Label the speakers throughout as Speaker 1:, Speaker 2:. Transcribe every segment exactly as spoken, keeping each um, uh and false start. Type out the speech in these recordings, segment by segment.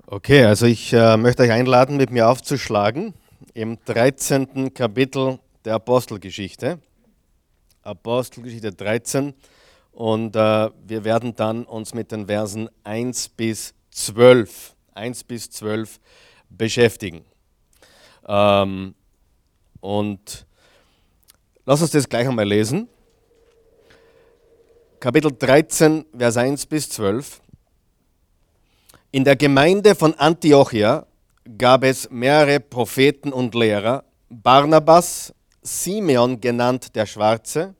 Speaker 1: Okay, also ich äh, möchte euch einladen, mit mir aufzuschlagen im dreizehnten Kapitel der Apostelgeschichte. Apostelgeschichte dreizehn und äh, wir werden dann uns mit den Versen eins bis zwölf, eins bis zwölf beschäftigen. Ähm, und lass uns das gleich einmal lesen. Kapitel dreizehn, Vers eins bis zwölf. In der Gemeinde von Antiochia gab es mehrere Propheten und Lehrer: Barnabas, Simeon genannt der Schwarze,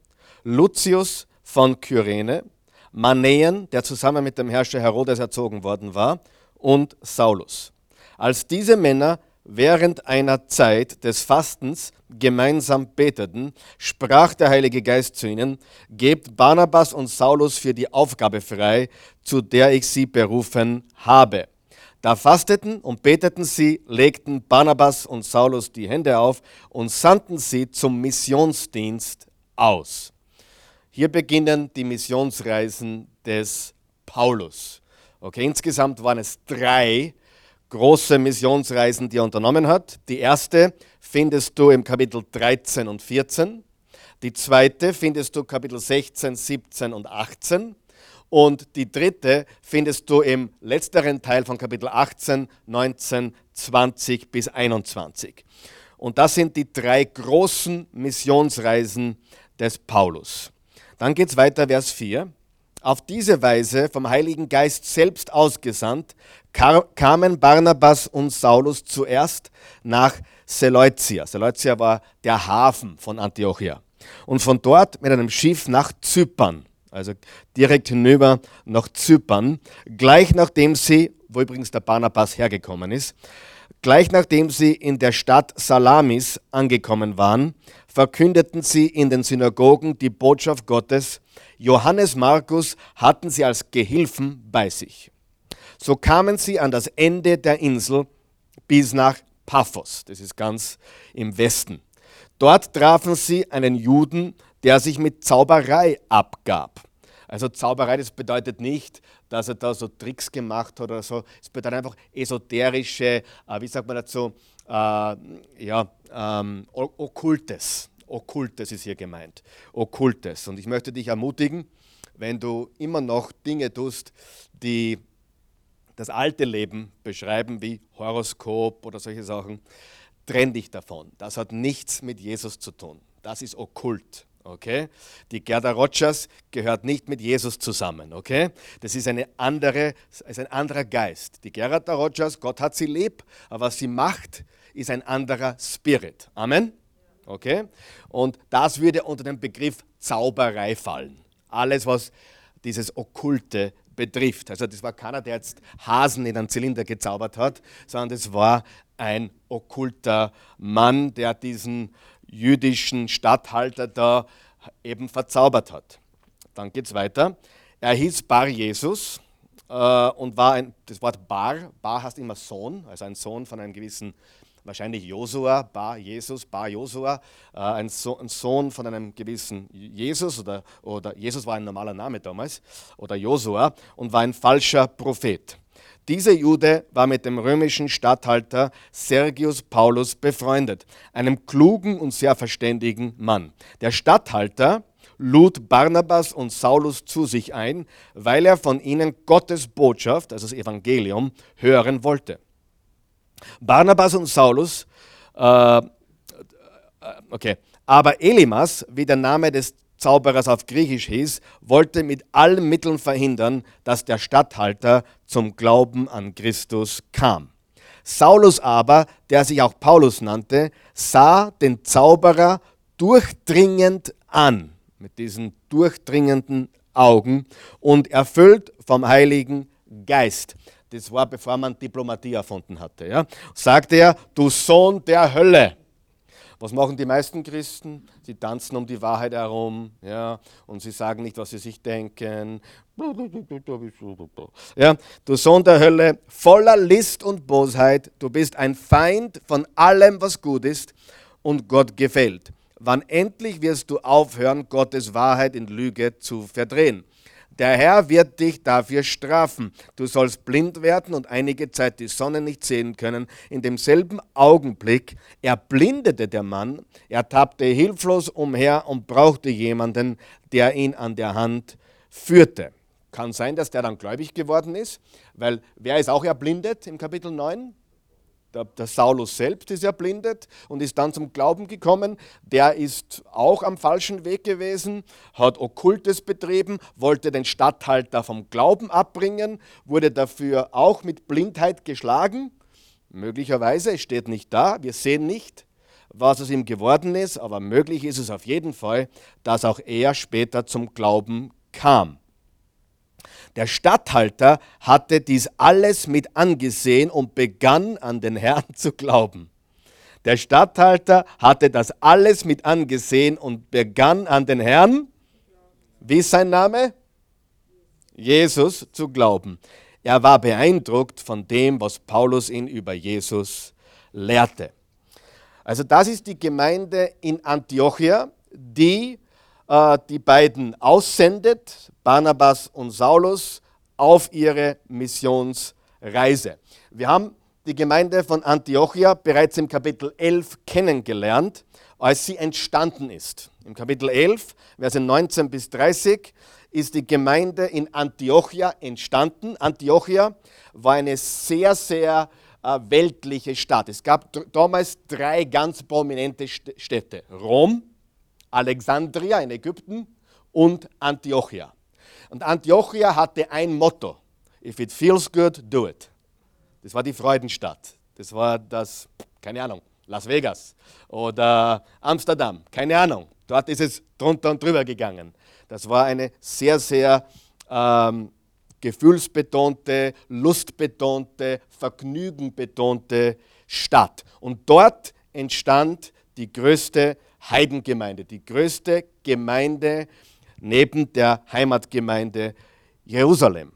Speaker 1: Lucius von Kyrene, Manaen, der zusammen mit dem Herrscher Herodes erzogen worden war, und Saulus. Als diese Männer während einer Zeit des Fastens gemeinsam beteten, sprach der Heilige Geist zu ihnen: Gebt Barnabas und Saulus für die Aufgabe frei, zu der ich sie berufen habe. Da fasteten und beteten sie, legten Barnabas und Saulus die Hände auf und sandten sie zum Missionsdienst aus. Hier beginnen die Missionsreisen des Paulus. Okay, insgesamt waren es drei große Missionsreisen, die er unternommen hat. Die erste findest du im Kapitel dreizehn und vierzehn. Die zweite findest du Kapitel sechzehn, siebzehn und achtzehn. Und die dritte findest du im letzteren Teil von Kapitel achtzehn, neunzehn, zwanzig bis einundzwanzig. Und das sind die drei großen Missionsreisen des Paulus. Dann geht es weiter, Vers vier. Auf diese Weise, vom Heiligen Geist selbst ausgesandt, kamen Barnabas und Saulus zuerst nach Seleucia. Seleucia war der Hafen von Antiochia. Und von dort mit einem Schiff nach Zypern, also direkt hinüber nach Zypern, gleich nachdem sie, wo übrigens der Barnabas hergekommen ist, gleich nachdem sie in der Stadt Salamis angekommen waren, verkündeten sie in den Synagogen die Botschaft Gottes. Johannes Markus hatten sie als Gehilfen bei sich. So kamen sie an das Ende der Insel bis nach Paphos, das ist ganz im Westen. Dort trafen sie einen Juden, der sich mit Zauberei abgab. Also Zauberei, das bedeutet nicht, dass er da so Tricks gemacht hat oder so. Es bedeutet einfach esoterische, äh, wie sagt man dazu, äh, ja, ähm, Okkultes. Okkultes ist hier gemeint. Okkultes. Und ich möchte dich ermutigen, wenn du immer noch Dinge tust, die das alte Leben beschreiben, wie Horoskop oder solche Sachen, trenn dich davon. Das hat nichts mit Jesus zu tun. Das ist okkult. Okay? Die Gerda Rogers gehört nicht mit Jesus zusammen. Okay? Das ist, eine andere, ist ein anderer Geist. Die Gerda Rogers, Gott hat sie lieb, aber was sie macht, ist ein anderer Spirit. Amen? Okay? Und das würde unter den Begriff Zauberei fallen. Alles, was dieses Okkulte betrifft. Also das war keiner, der jetzt Hasen in einen Zylinder gezaubert hat, sondern das war ein okkulter Mann, der diesen jüdischen Statthalter da eben verzaubert hat. Dann geht es weiter. Er hieß Bar Jesus äh, und war ein, das Wort Bar, Bar heißt immer Sohn, also ein Sohn von einem gewissen, wahrscheinlich Josua, Bar Jesus, Bar Josua, äh, ein, so, ein Sohn von einem gewissen Jesus, oder, oder Jesus war ein normaler Name damals, oder Josua, und war ein falscher Prophet. Dieser Jude war mit dem römischen Statthalter Sergius Paulus befreundet, einem klugen und sehr verständigen Mann. Der Statthalter lud Barnabas und Saulus zu sich ein, weil er von ihnen Gottes Botschaft, also das Evangelium, hören wollte. Barnabas und Saulus, äh, okay, aber Elimas, wie der Name des Zauberers auf Griechisch hieß, wollte mit allen Mitteln verhindern, dass der Statthalter zum Glauben an Christus kam. Saulus aber, der sich auch Paulus nannte, sah den Zauberer durchdringend an, mit diesen durchdringenden Augen und erfüllt vom Heiligen Geist. Das war, bevor man Diplomatie erfunden hatte. Ja? Sagte er: Du Sohn der Hölle. Was machen die meisten Christen? Sie tanzen um die Wahrheit herum, ja, und sie sagen nicht, was sie sich denken. Ja, du Sohn der Hölle, voller List und Bosheit, du bist ein Feind von allem, was gut ist und Gott gefällt. Wann endlich wirst du aufhören, Gottes Wahrheit in Lüge zu verdrehen? Der Herr wird dich dafür strafen. Du sollst blind werden und einige Zeit die Sonne nicht sehen können. In demselben Augenblick erblindete der Mann, er tappte hilflos umher und brauchte jemanden, der ihn an der Hand führte. Kann sein, dass der dann gläubig geworden ist, weil wer ist auch erblindet im Kapitel neun? Der, der Saulus selbst ist erblindet und ist dann zum Glauben gekommen. Der ist auch am falschen Weg gewesen, hat Okkultes betrieben, wollte den Statthalter vom Glauben abbringen, wurde dafür auch mit Blindheit geschlagen. Möglicherweise, es steht nicht da, wir sehen nicht, was aus ihm geworden ist, aber möglich ist es auf jeden Fall, dass auch er später zum Glauben kam. Der Statthalter hatte dies alles mit angesehen und begann an den Herrn zu glauben. Der Statthalter hatte das alles mit angesehen und begann an den Herrn, wie ist sein Name? Jesus, zu glauben. Er war beeindruckt von dem, was Paulus ihn über Jesus lehrte. Also das ist die Gemeinde in Antiochia, die die beiden aussendet, Barnabas und Saulus, auf ihre Missionsreise. Wir haben die Gemeinde von Antiochia bereits im Kapitel elf kennengelernt, als sie entstanden ist. Im Kapitel elf, Verse neunzehn bis dreißig, ist die Gemeinde in Antiochia entstanden. Antiochia war eine sehr, sehr äh, weltliche Stadt. Es gab d- damals drei ganz prominente St- Städte. Rom, Alexandria in Ägypten und Antiochia. Und Antiochia hatte ein Motto: If it feels good, do it. Das war die Freudenstadt. Das war das, keine Ahnung, Las Vegas oder Amsterdam, keine Ahnung. Dort ist es drunter und drüber gegangen. Das war eine sehr, sehr ähm, gefühlsbetonte, lustbetonte, vergnügenbetonte Stadt. Und dort entstand die größte Heidengemeinde, die größte Gemeinde neben der Heimatgemeinde Jerusalem.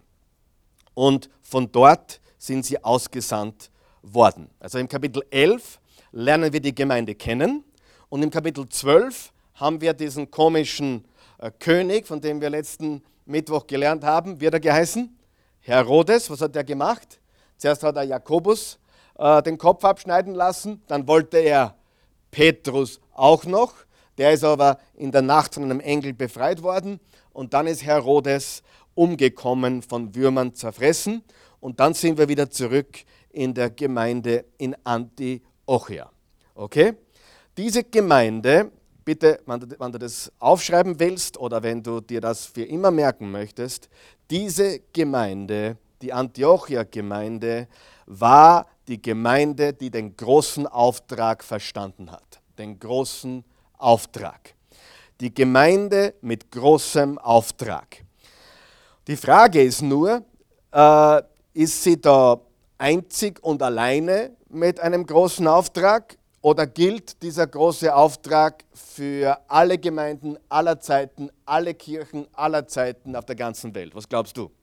Speaker 1: Und von dort sind sie ausgesandt worden. Also im Kapitel elf lernen wir die Gemeinde kennen und im Kapitel zwölf haben wir diesen komischen äh, König, von dem wir letzten Mittwoch gelernt haben, wie hat er geheißen? Herodes. Was hat er gemacht? Zuerst hat er Jakobus äh, den Kopf abschneiden lassen, dann wollte er Petrus auch noch, der ist aber in der Nacht von einem Engel befreit worden und dann ist Herodes umgekommen, von Würmern zerfressen und dann sind wir wieder zurück in der Gemeinde in Antiochia. Okay? Diese Gemeinde, bitte, wenn du, wenn du das aufschreiben willst oder wenn du dir das für immer merken möchtest, diese Gemeinde, die Antiochia-Gemeinde, war die Gemeinde, die den großen Auftrag verstanden hat. Den großen Auftrag. Die Gemeinde mit großem Auftrag. Die Frage ist nur, äh, ist sie da einzig und alleine mit einem großen Auftrag oder gilt dieser große Auftrag für alle Gemeinden aller Zeiten, alle Kirchen aller Zeiten auf der ganzen Welt? Was glaubst du?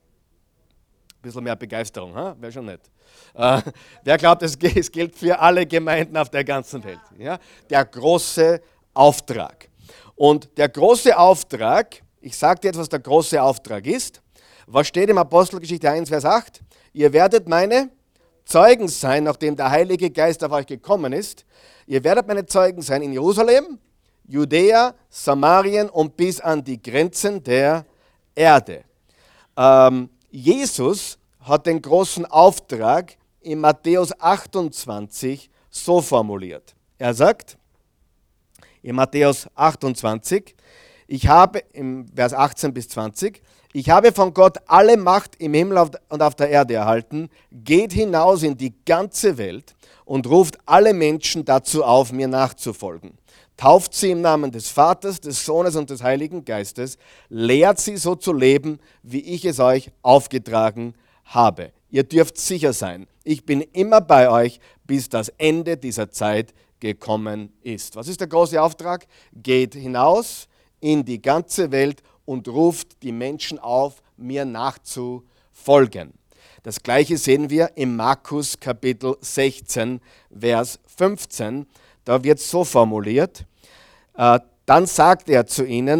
Speaker 1: Ein bisschen mehr Begeisterung, ha? Wäre schon nett. Äh, wer glaubt, es gilt für alle Gemeinden auf der ganzen Welt? Ja? Der große Auftrag. Und der große Auftrag, ich sage dir jetzt, was der große Auftrag ist. Was steht im Apostelgeschichte eins, Vers acht? Ihr werdet meine Zeugen sein, nachdem der Heilige Geist auf euch gekommen ist. Ihr werdet meine Zeugen sein in Jerusalem, Judäa, Samarien und bis an die Grenzen der Erde. Ähm, Jesus hat den großen Auftrag in Matthäus achtundzwanzig so formuliert. Er sagt in Matthäus achtundzwanzig, ich habe, im Vers achtzehn bis zwanzig, ich habe von Gott alle Macht im Himmel und auf der Erde erhalten, geht hinaus in die ganze Welt und ruft alle Menschen dazu auf, mir nachzufolgen. Tauft sie im Namen des Vaters, des Sohnes und des Heiligen Geistes, lehrt sie so zu leben, wie ich es euch aufgetragen habe. Ihr dürft sicher sein, ich bin immer bei euch, bis das Ende dieser Zeit gekommen ist. Was ist der große Auftrag? Geht hinaus in die ganze Welt und ruft die Menschen auf, mir nachzufolgen. Das Gleiche sehen wir im Markus Kapitel sechzehn, Vers fünfzehn. Da wird so formuliert, äh, dann sagt er zu ihnen,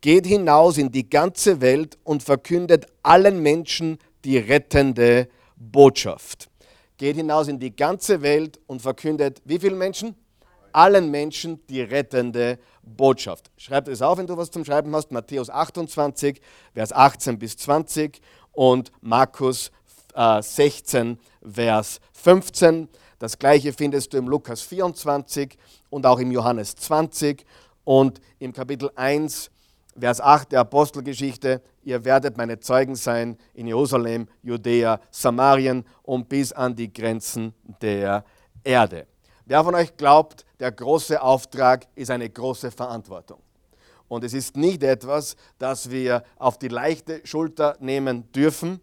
Speaker 1: geht hinaus in die ganze Welt und verkündet allen Menschen die rettende Botschaft. Geht hinaus in die ganze Welt und verkündet, wie vielen Menschen? Allen Menschen die rettende Botschaft. Schreib es auf, wenn du was zum Schreiben hast. Matthäus achtundzwanzig, Vers achtzehn bis zwanzig und Markus äh, sechzehn, Vers fünfzehn. Das gleiche findest du im Lukas vierundzwanzig und auch im Johannes zwanzig und im Kapitel eins, Vers acht der Apostelgeschichte. Ihr werdet meine Zeugen sein in Jerusalem, Judäa, Samarien und bis an die Grenzen der Erde. Wer von euch glaubt, der große Auftrag ist eine große Verantwortung. Und es ist nicht etwas, das wir auf die leichte Schulter nehmen dürfen.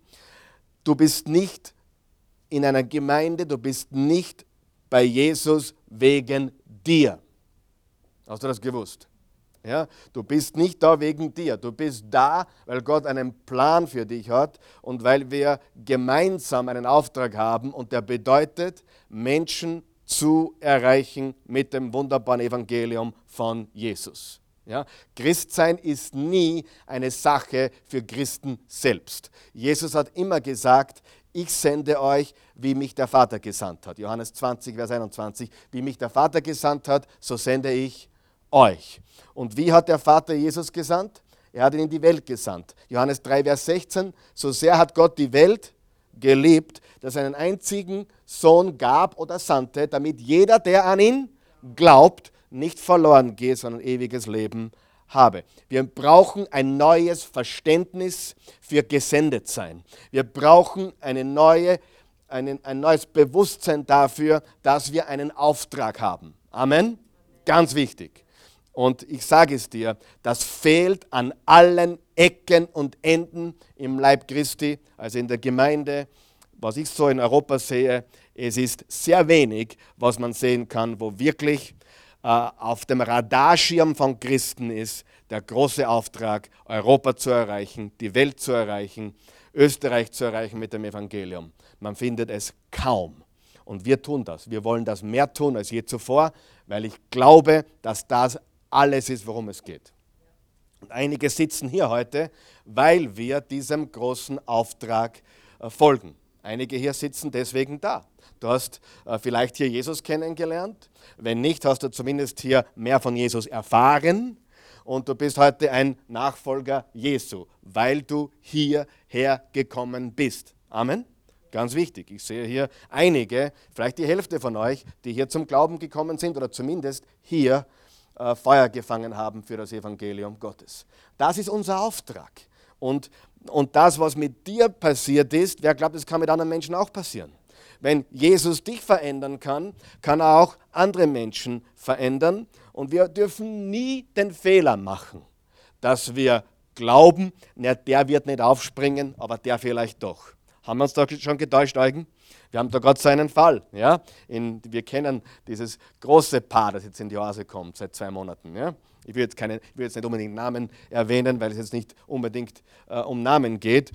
Speaker 1: Du bist nicht in einer Gemeinde, du bist nicht bei Jesus wegen dir. Hast du das gewusst? Ja, du bist nicht da wegen dir, du bist da, weil Gott einen Plan für dich hat und weil wir gemeinsam einen Auftrag haben und der bedeutet, Menschen zu erreichen mit dem wunderbaren Evangelium von Jesus. Ja, Christsein ist nie eine Sache für Christen selbst. Jesus hat immer gesagt, ich sende euch, wie mich der Vater gesandt hat. Johannes zwanzig, Vers einundzwanzig, wie mich der Vater gesandt hat, so sende ich euch. Und wie hat der Vater Jesus gesandt? Er hat ihn in die Welt gesandt. Johannes drei, Vers sechzehn, so sehr hat Gott die Welt geliebt, dass er einen einzigen Sohn gab oder sandte, damit jeder, der an ihn glaubt, nicht verloren geht, sondern ewiges Leben habe. Wir brauchen ein neues Verständnis für Gesendetsein. Wir brauchen eine neue, einen, ein neues Bewusstsein dafür, dass wir einen Auftrag haben. Amen? Ganz wichtig. Und ich sage es dir, das fehlt an allen Ecken und Enden im Leib Christi, also in der Gemeinde, was ich so in Europa sehe. Es ist sehr wenig, was man sehen kann, wo wirklich äh, auf dem Radarschirm von Christen ist, der große Auftrag, Europa zu erreichen, die Welt zu erreichen, Österreich zu erreichen mit dem Evangelium. Man findet es kaum. Und wir tun das. Wir wollen das mehr tun als je zuvor, weil ich glaube, dass das alles ist, worum es geht. Und einige sitzen hier heute, weil wir diesem großen Auftrag äh, folgen. Einige hier sitzen deswegen da. Du hast äh, vielleicht hier Jesus kennengelernt. Wenn nicht, hast du zumindest hier mehr von Jesus erfahren. Und du bist heute ein Nachfolger Jesu, weil du hierher gekommen bist. Amen. Ganz wichtig. Ich sehe hier einige, vielleicht die Hälfte von euch, die hier zum Glauben gekommen sind oder zumindest hier äh, Feuer gefangen haben für das Evangelium Gottes. Das ist unser Auftrag. Und, und das, was mit dir passiert ist, wer glaubt, das kann mit anderen Menschen auch passieren. Wenn Jesus dich verändern kann, kann er auch andere Menschen verändern. Und wir dürfen nie den Fehler machen, dass wir glauben, na, der wird nicht aufspringen, aber der vielleicht doch. Haben wir uns da schon getäuscht, Eugen? Wir haben da gerade so einen Fall. Ja? In, wir kennen dieses große Paar, das jetzt in die Oase kommt, seit zwei Monaten. Ja? Ich, will jetzt keine, ich will jetzt nicht unbedingt Namen erwähnen, weil es jetzt nicht unbedingt äh, um Namen geht.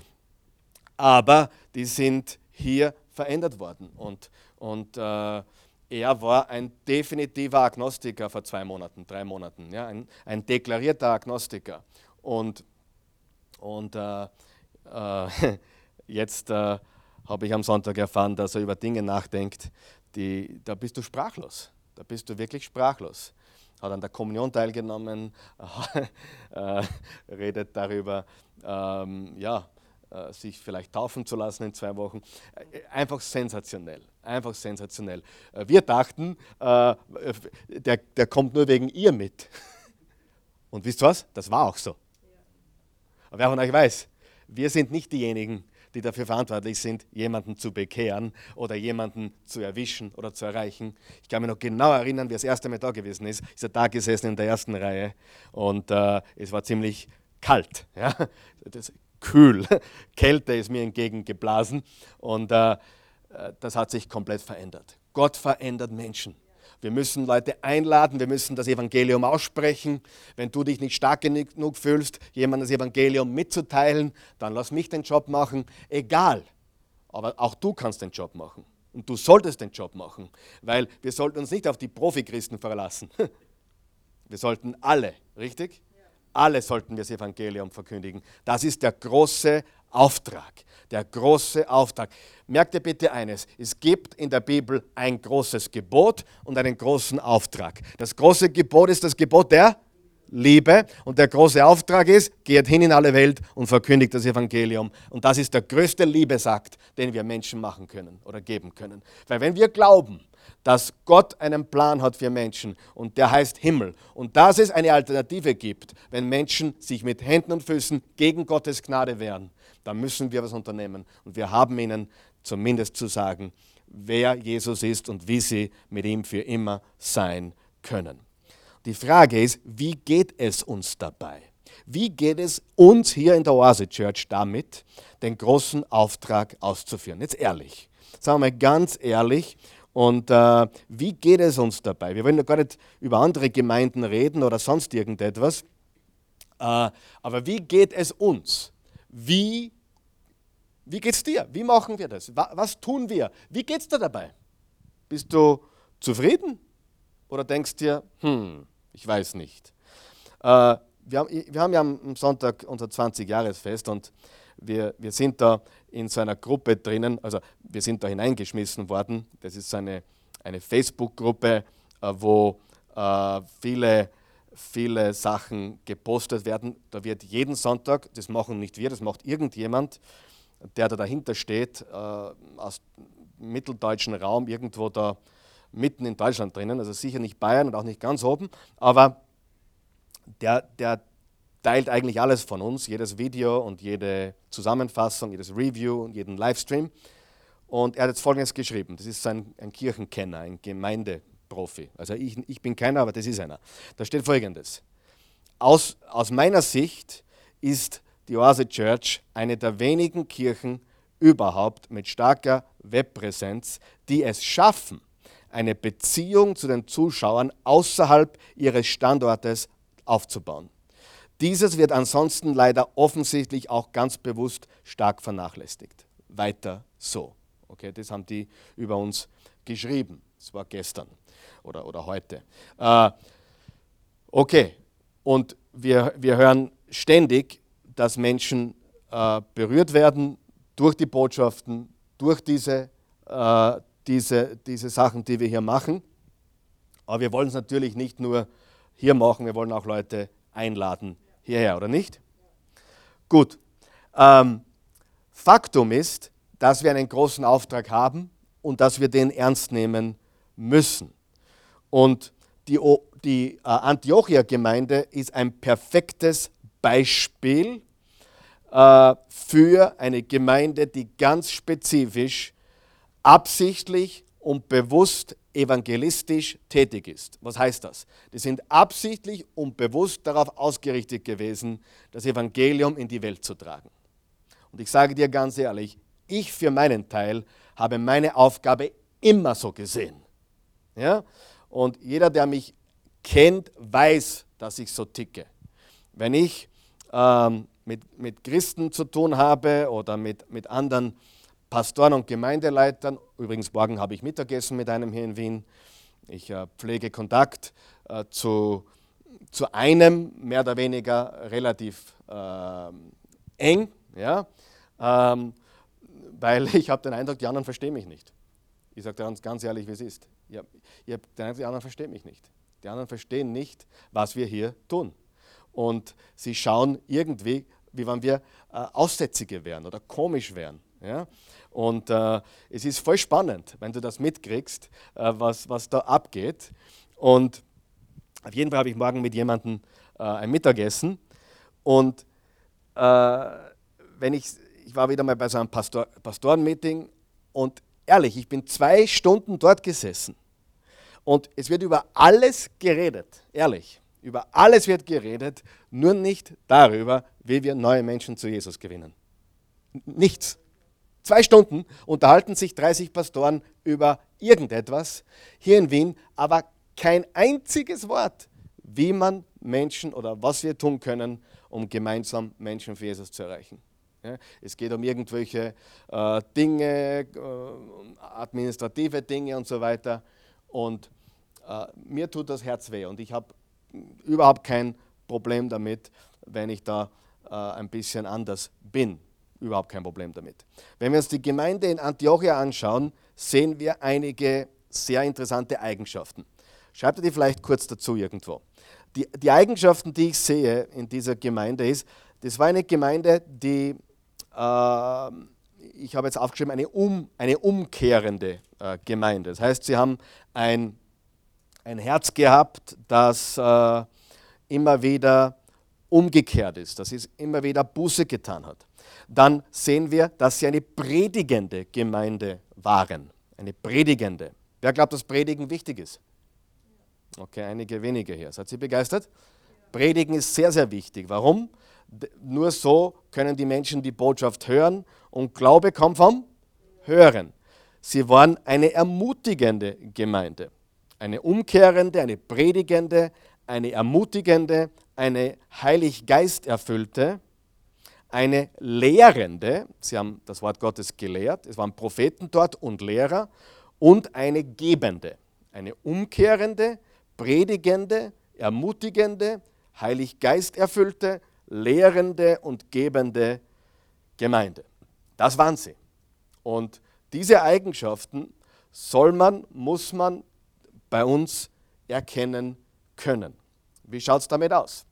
Speaker 1: Aber die sind hier verändert worden. Und, und äh, er war ein definitiver Agnostiker vor zwei Monaten, drei Monaten. Ja? Ein, ein deklarierter Agnostiker. Und, und äh, äh, Jetzt äh, habe ich am Sonntag erfahren, dass er über Dinge nachdenkt, die, da bist du sprachlos. Da bist du wirklich sprachlos. Hat an der Kommunion teilgenommen, äh, redet darüber, ähm, ja, äh, sich vielleicht taufen zu lassen in zwei Wochen. Äh, einfach sensationell. Einfach sensationell. Äh, wir dachten, äh, der, der kommt nur wegen ihr mit. Und wisst ihr was? Das war auch so. Aber wer von euch weiß, wir sind nicht diejenigen, die dafür verantwortlich sind, jemanden zu bekehren oder jemanden zu erwischen oder zu erreichen. Ich kann mich noch genau erinnern, wie er das erste Mal da gewesen ist. Ist er da gesessen in der ersten Reihe und äh, es war ziemlich kalt. Ja? Das, kühl. Kälte ist mir entgegengeblasen und äh, das hat sich komplett verändert. Gott verändert Menschen. Wir müssen Leute einladen, wir müssen das Evangelium aussprechen. Wenn du dich nicht stark genug fühlst, jemandem das Evangelium mitzuteilen, dann lass mich den Job machen. Egal, aber auch du kannst den Job machen. Und du solltest den Job machen, weil wir sollten uns nicht auf die Profi-Christen verlassen. Wir sollten alle, richtig? Alle sollten wir das Evangelium verkündigen. Das ist der große Auftrag. Der große Auftrag. Merkt ihr bitte eines, es gibt in der Bibel ein großes Gebot und einen großen Auftrag. Das große Gebot ist das Gebot der Liebe und der große Auftrag ist, geht hin in alle Welt und verkündigt das Evangelium. Und das ist der größte Liebesakt, den wir Menschen machen können oder geben können. Weil wenn wir glauben, dass Gott einen Plan hat für Menschen und der heißt Himmel und dass es eine Alternative gibt, wenn Menschen sich mit Händen und Füßen gegen Gottes Gnade wehren, dann müssen wir was unternehmen. Und wir haben ihnen zumindest zu sagen, wer Jesus ist und wie sie mit ihm für immer sein können. Die Frage ist, wie geht es uns dabei? Wie geht es uns hier in der Oase Church damit, den großen Auftrag auszuführen? Jetzt ehrlich, sagen wir mal ganz ehrlich. Und äh, wie geht es uns dabei? Wir wollen ja gar nicht über andere Gemeinden reden oder sonst irgendetwas. Äh, aber wie geht es uns? Wie, wie geht es dir? Wie machen wir das? Was, was tun wir? Wie geht es dir dabei? Bist du zufrieden? Oder denkst dir, hm, ich weiß nicht. Äh, wir, haben, wir haben ja am Sonntag unser zwanzig-Jahres-Fest und wir, wir sind da in so einer Gruppe drinnen, also wir sind da hineingeschmissen worden. Das ist so eine, eine Facebook-Gruppe, äh, wo äh, viele, viele Sachen gepostet werden. Da wird jeden Sonntag, das machen nicht wir, das macht irgendjemand, der da dahinter steht, äh, aus dem mitteldeutschen Raum, irgendwo da mitten in Deutschland drinnen, also sicher nicht Bayern und auch nicht ganz oben, aber der, der teilt eigentlich alles von uns, jedes Video und jede Zusammenfassung, jedes Review und jeden Livestream. Und er hat jetzt Folgendes geschrieben, das ist ein, ein Kirchenkenner, ein Gemeindeprofi. Also ich, ich bin keiner, aber das ist einer. Da steht Folgendes. Aus, aus meiner Sicht ist die Oase Church eine der wenigen Kirchen überhaupt mit starker Webpräsenz, die es schaffen, eine Beziehung zu den Zuschauern außerhalb ihres Standortes aufzubauen. Dieses wird ansonsten leider offensichtlich auch ganz bewusst stark vernachlässigt. Weiter so. Okay, das haben die über uns geschrieben. Das war gestern oder, oder heute. Äh, okay, und wir, wir hören ständig, dass Menschen äh, berührt werden durch die Botschaften, durch diese, äh, diese, diese Sachen, die wir hier machen. Aber wir wollen es natürlich nicht nur hier machen, wir wollen auch Leute einladen hierher, oder nicht? Gut. Ähm, Faktum ist, dass wir einen großen Auftrag haben und dass wir den ernst nehmen müssen. Und die, die äh, Antiochia-Gemeinde ist ein perfektes Beispiel äh, für eine Gemeinde, die ganz spezifisch, absichtlich und bewusst evangelistisch tätig ist. Was heißt das? Die sind absichtlich und bewusst darauf ausgerichtet gewesen, das Evangelium in die Welt zu tragen. Und ich sage dir ganz ehrlich, ich für meinen Teil habe meine Aufgabe immer so gesehen. Ja? Und jeder, der mich kennt, weiß, dass ich so ticke. Wenn ich ähm, mit, mit Christen zu tun habe oder mit, mit anderen Pastoren und Gemeindeleitern, übrigens morgen habe ich Mittagessen mit einem hier in Wien, ich äh, pflege Kontakt äh, zu, zu einem, mehr oder weniger relativ äh, eng, ja, ähm, weil ich habe den Eindruck, die anderen verstehen mich nicht. Ich sage ganz, ganz ehrlich, wie es ist. Ich habe hab den Eindruck, die anderen verstehen mich nicht. Die anderen verstehen nicht, was wir hier tun. Und sie schauen irgendwie, wie wenn wir äh, Aussätzige wären oder komisch wären. Ja? Und äh, es ist voll spannend, wenn du das mitkriegst, äh, was, was da abgeht. Und auf jeden Fall habe ich morgen mit jemandem äh, ein Mittagessen. Und äh, wenn ich, ich war wieder mal bei so einem Pastor, Pastorenmeeting und ehrlich, ich bin zwei Stunden dort gesessen. Und es wird über alles geredet, ehrlich. Über alles wird geredet, nur nicht darüber, wie wir neue Menschen zu Jesus gewinnen. Nichts. Zwei Stunden unterhalten sich dreißig Pastoren über irgendetwas hier in Wien, aber kein einziges Wort, wie man Menschen oder was wir tun können, um gemeinsam Menschen für Jesus zu erreichen. Ja, es geht um irgendwelche äh, Dinge, äh, administrative Dinge und so weiter. Und äh, mir tut das Herz weh und ich habe überhaupt kein Problem damit, wenn ich da äh, ein bisschen anders bin. Überhaupt kein Problem damit. Wenn wir uns die Gemeinde in Antiochia anschauen, sehen wir einige sehr interessante Eigenschaften. Schreibt ihr die vielleicht kurz dazu irgendwo. Die, die Eigenschaften, die ich sehe in dieser Gemeinde ist, das war eine Gemeinde, die, äh, ich habe jetzt aufgeschrieben, eine, um, eine umkehrende äh, Gemeinde. Das heißt, sie haben ein, ein Herz gehabt, das äh, immer wieder umgekehrt ist, dass es immer wieder Buße getan hat. Dann sehen wir, dass sie eine predigende Gemeinde waren. Eine predigende. Wer glaubt, dass Predigen wichtig ist? Okay, einige wenige hier. Seid ihr begeistert? Predigen ist sehr, sehr wichtig. Warum? Nur so können die Menschen die Botschaft hören und Glaube kommt vom Hören. Sie waren eine ermutigende Gemeinde. Eine umkehrende, eine predigende, eine ermutigende, eine Heilig Geist erfüllte, eine lehrende, sie haben das Wort Gottes gelehrt, es waren Propheten dort und Lehrer, und eine gebende, eine umkehrende, predigende, ermutigende, Heilig Geist erfüllte, lehrende und gebende Gemeinde. Das waren sie. Und diese Eigenschaften soll man, muss man bei uns erkennen können. Wie schaut es damit aus?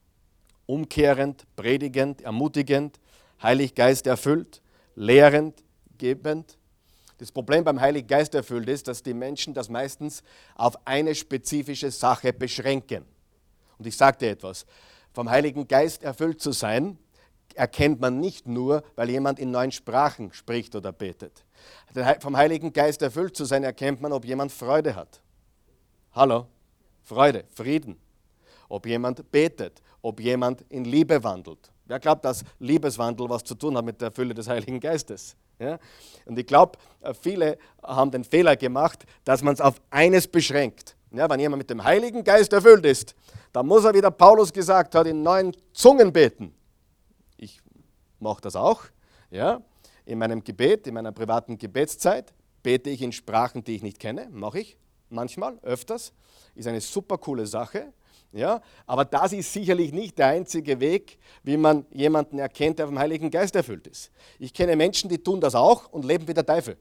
Speaker 1: Umkehrend, predigend, ermutigend, Heilig Geist erfüllt, lehrend, gebend. Das Problem beim Heiligen Geist erfüllt ist, dass die Menschen das meistens auf eine spezifische Sache beschränken. Und ich sage dir etwas, vom Heiligen Geist erfüllt zu sein, erkennt man nicht nur, weil jemand in neuen Sprachen spricht oder betet. Vom Heiligen Geist erfüllt zu sein, erkennt man, ob jemand Freude hat. Hallo? Freude, Frieden. Ob jemand betet, ob jemand in Liebe wandelt. Wer glaubt, dass Liebeswandel was zu tun hat mit der Fülle des Heiligen Geistes? Ja? Und ich glaube, viele haben den Fehler gemacht, dass man es auf eines beschränkt. Ja, wenn jemand mit dem Heiligen Geist erfüllt ist, dann muss er, wie der Paulus gesagt hat, in neuen Zungen beten. Ich mache das auch. Ja? In meinem Gebet, in meiner privaten Gebetszeit, bete ich in Sprachen, die ich nicht kenne. Mache ich manchmal, öfters. Ist eine super coole Sache. Ja, aber das ist sicherlich nicht der einzige Weg, wie man jemanden erkennt, der vom Heiligen Geist erfüllt ist. Ich kenne Menschen, die tun das auch und leben wie der Teufel.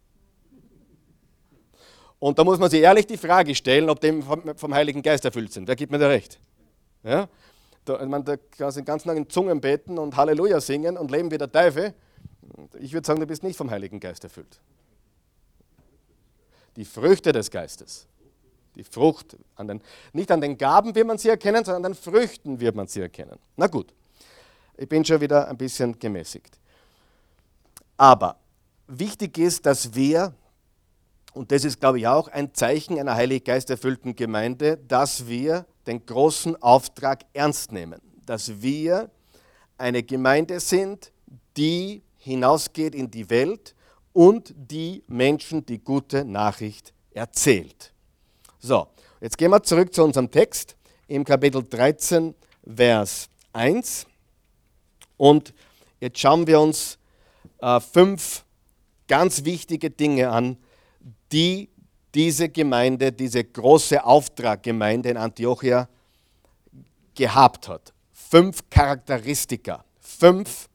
Speaker 1: Und da muss man sich ehrlich die Frage stellen, ob die vom Heiligen Geist erfüllt sind. Wer gibt mir da recht? Ja? Da, man, da kannst du den ganzen Tag in Zungen beten und Halleluja singen und leben wie der Teufel. Ich würde sagen, du bist nicht vom Heiligen Geist erfüllt. Die Früchte des Geistes. Die Frucht, an den, nicht an den Gaben wird man sie erkennen, sondern an den Früchten wird man sie erkennen. Na gut, ich bin schon wieder ein bisschen gemäßigt. Aber wichtig ist, dass wir, und das ist, glaube ich, auch ein Zeichen einer Heiligen Geist erfüllten Gemeinde, dass wir den großen Auftrag ernst nehmen. Dass wir eine Gemeinde sind, die hinausgeht in die Welt und die Menschen die gute Nachricht erzählt. So, jetzt gehen wir zurück zu unserem Text im Kapitel dreizehn, Vers eins. Und jetzt schauen wir uns äh, fünf ganz wichtige Dinge an, die diese Gemeinde, diese große Auftraggemeinde in Antiochia gehabt hat. Fünf Charakteristika, fünf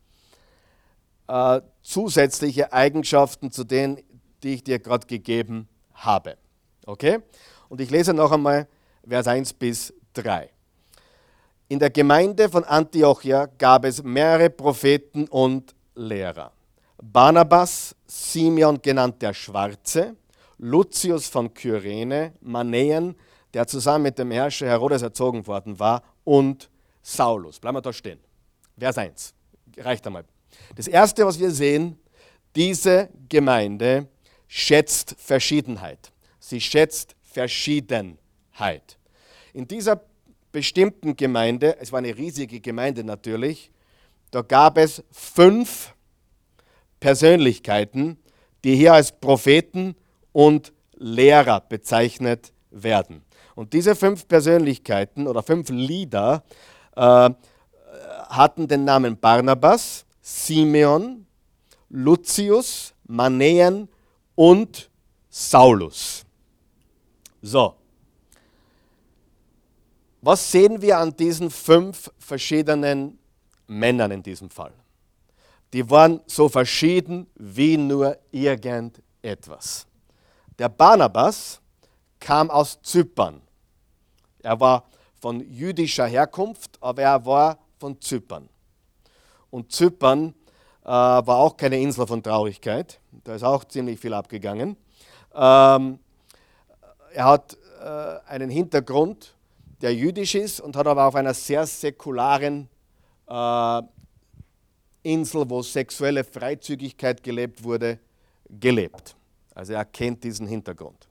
Speaker 1: äh, zusätzliche Eigenschaften zu denen, die ich dir gerade gegeben habe. Okay? Und ich lese noch einmal Vers eins bis drei. In der Gemeinde von Antiochia gab es mehrere Propheten und Lehrer. Barnabas, Simeon genannt der Schwarze, Lucius von Kyrene, Manaen, der zusammen mit dem Herrscher Herodes erzogen worden war, und Saulus. Bleiben wir da stehen. Vers eins. Reicht einmal. Das Erste, was wir sehen, diese Gemeinde schätzt Verschiedenheit. Sie schätzt Verschiedenheit. In dieser bestimmten Gemeinde, es war eine riesige Gemeinde natürlich, da gab es fünf Persönlichkeiten, die hier als Propheten und Lehrer bezeichnet werden. Und diese fünf Persönlichkeiten oder fünf Leader äh, hatten den Namen Barnabas, Simeon, Lucius, Manaen und Saulus. So. Was sehen wir an diesen fünf verschiedenen Männern in diesem Fall? Die waren so verschieden wie nur irgendetwas. Der Barnabas kam aus Zypern. Er war von jüdischer Herkunft, aber er war von Zypern. Und Zypern äh, war auch keine Insel von Traurigkeit. Da ist auch ziemlich viel abgegangen. Ähm, er hat äh, einen Hintergrund, der jüdisch ist und hat aber auf einer sehr säkularen äh, Insel, wo sexuelle Freizügigkeit gelebt wurde, gelebt. Also er kennt diesen Hintergrund.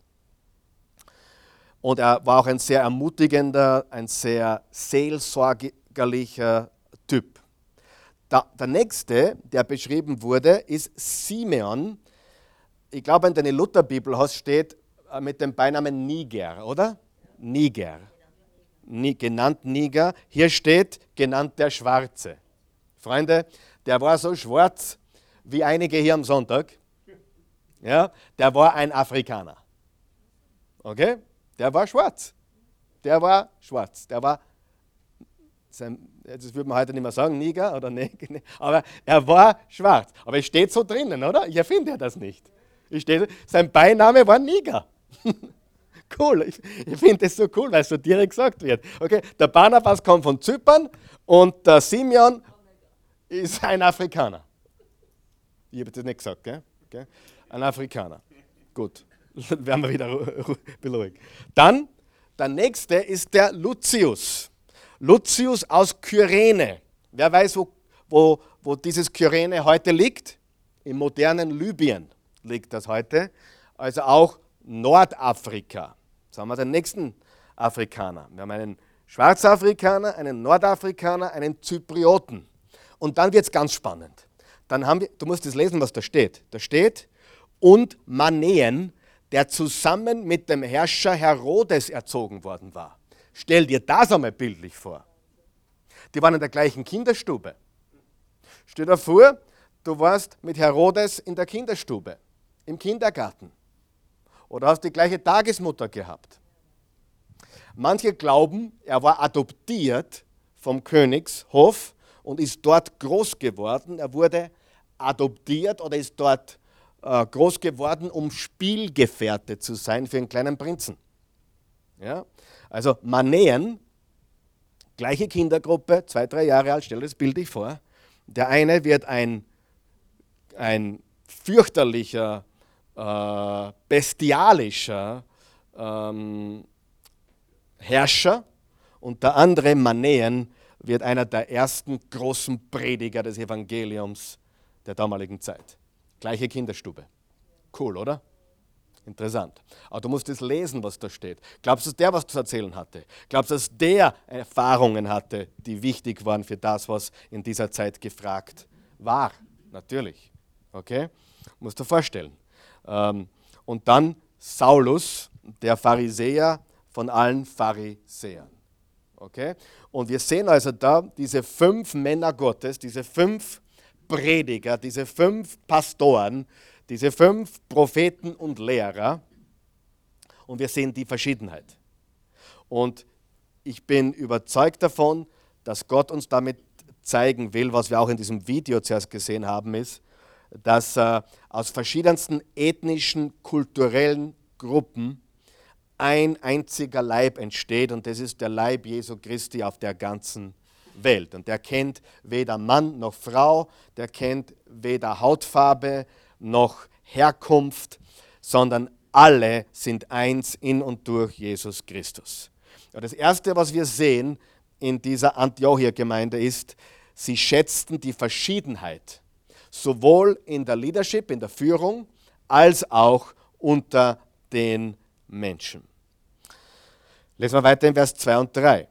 Speaker 1: Und er war auch ein sehr ermutigender, ein sehr seelsorgerlicher Typ. Da, der nächste, der beschrieben wurde, ist Simeon. Ich glaube, in deiner Lutherbibel hast steht äh, mit dem Beinamen Niger, oder? Niger. Ni, genannt Niger. Hier steht genannt der Schwarze. Freunde, der war so schwarz wie einige hier am Sonntag. Ja, der war ein Afrikaner. Okay? Der war schwarz. Der war schwarz. Der war, das würde man heute nicht mehr sagen, Niger oder ne, aber er war schwarz. Aber es steht so drinnen, oder? Ich erfinde ja das nicht. Es steht, sein Beiname war Niger. Cool, ich, ich finde das so cool, weil es so direkt gesagt wird. Okay, der Barnabas kommt von Zypern und der Simeon ist ein Afrikaner. Ich habe das nicht gesagt, gell? Okay. Ein Afrikaner. Gut, werden wir wieder beruhigt. Dann, der nächste ist der Lucius. Lucius aus Kyrene. Wer weiß, wo, wo, wo dieses Kyrene heute liegt? Im modernen Libyen liegt das heute. Also auch Nordafrika. Jetzt haben wir den nächsten Afrikaner. Wir haben einen Schwarzafrikaner, einen Nordafrikaner, einen Zyprioten. Und dann wird es ganz spannend. Dann haben wir, du musst es lesen, was da steht. Da steht, und Manäen, der zusammen mit dem Herrscher Herodes erzogen worden war. Stell dir das einmal bildlich vor. Die waren in der gleichen Kinderstube. Stell dir vor, du warst mit Herodes in der Kinderstube, im Kindergarten. Oder hast die gleiche Tagesmutter gehabt. Manche glauben, er war adoptiert vom Königshof und ist dort groß geworden. Er wurde adoptiert oder ist dort äh, groß geworden, um Spielgefährte zu sein für einen kleinen Prinzen. Ja? Also Manäen, gleiche Kindergruppe, zwei, drei Jahre alt, stell dir das bildlich vor. Der eine wird ein, ein fürchterlicher, äh, bestialischer ähm, Herrscher und der andere Manäen wird einer der ersten großen Prediger des Evangeliums der damaligen Zeit. Gleiche Kinderstube. Cool, oder? Interessant. Aber du musst es lesen, was da steht. Glaubst du, dass der was zu erzählen hatte? Glaubst du, dass der Erfahrungen hatte, die wichtig waren für das, was in dieser Zeit gefragt war? Natürlich. Okay? Musst du dir vorstellen. Und dann Saulus, der Pharisäer von allen Pharisäern. Okay? Und wir sehen also da diese fünf Männer Gottes, diese fünf Prediger, diese fünf Pastoren, diese fünf Propheten und Lehrer. Und wir sehen die Verschiedenheit. Und ich bin überzeugt davon, dass Gott uns damit zeigen will, was wir auch in diesem Video zuerst gesehen haben, ist, dass äh, aus verschiedensten ethnischen, kulturellen Gruppen ein einziger Leib entsteht und das ist der Leib Jesu Christi auf der ganzen Welt. Und der kennt weder Mann noch Frau, der kennt weder Hautfarbe noch Herkunft, sondern alle sind eins in und durch Jesus Christus. Ja, das Erste, was wir sehen in dieser Antiochia-Gemeinde ist, sie schätzten die Verschiedenheit, sowohl in der Leadership, in der Führung, als auch unter den Menschen. Lesen wir weiter in Vers zwei und drei.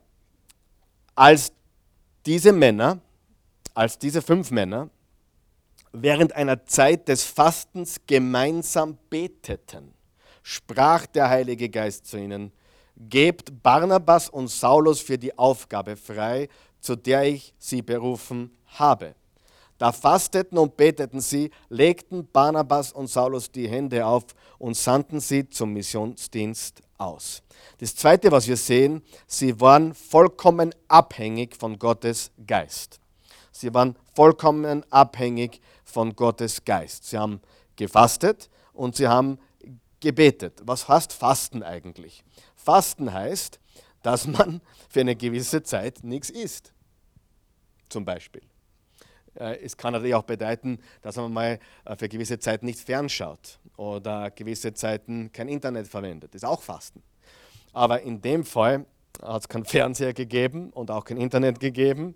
Speaker 1: Als diese Männer, als diese fünf Männer während einer Zeit des Fastens gemeinsam beteten, sprach der Heilige Geist zu ihnen, gebt Barnabas und Saulus für die Aufgabe frei, zu der ich sie berufen habe. Da fasteten und beteten sie, legten Barnabas und Saulus die Hände auf und sandten sie zum Missionsdienst aus. Das Zweite, was wir sehen, sie waren vollkommen abhängig von Gottes Geist. Sie waren vollkommen abhängig von Gottes Geist. Sie haben gefastet und sie haben gebetet. Was heißt Fasten eigentlich? Fasten heißt, dass man für eine gewisse Zeit nichts isst. Zum Beispiel. Es kann natürlich auch bedeuten, dass man mal für gewisse Zeit nicht fernschaut oder gewisse Zeiten kein Internet verwendet. Das ist auch Fasten. Aber in dem Fall hat es keinen Fernseher gegeben und auch kein Internet gegeben.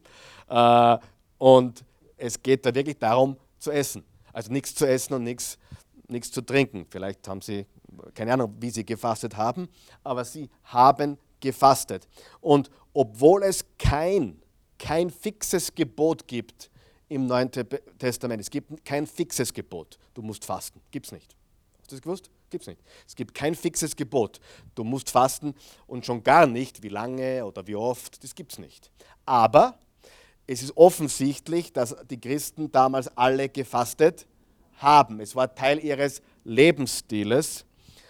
Speaker 1: Und es geht da wirklich darum zu essen. Also nichts zu essen und nichts, nichts zu trinken. Vielleicht haben sie, keine Ahnung, wie sie gefastet haben, aber sie haben gefastet. Und obwohl es kein, kein fixes Gebot gibt, im Neuen Testament. Es gibt kein fixes Gebot. Du musst fasten. Gibt es nicht. Hast du das gewusst? Gibt es nicht. Es gibt kein fixes Gebot. Du musst fasten und schon gar nicht, wie lange oder wie oft. Das gibt es nicht. Aber es ist offensichtlich, dass die Christen damals alle gefastet haben. Es war Teil ihres Lebensstiles.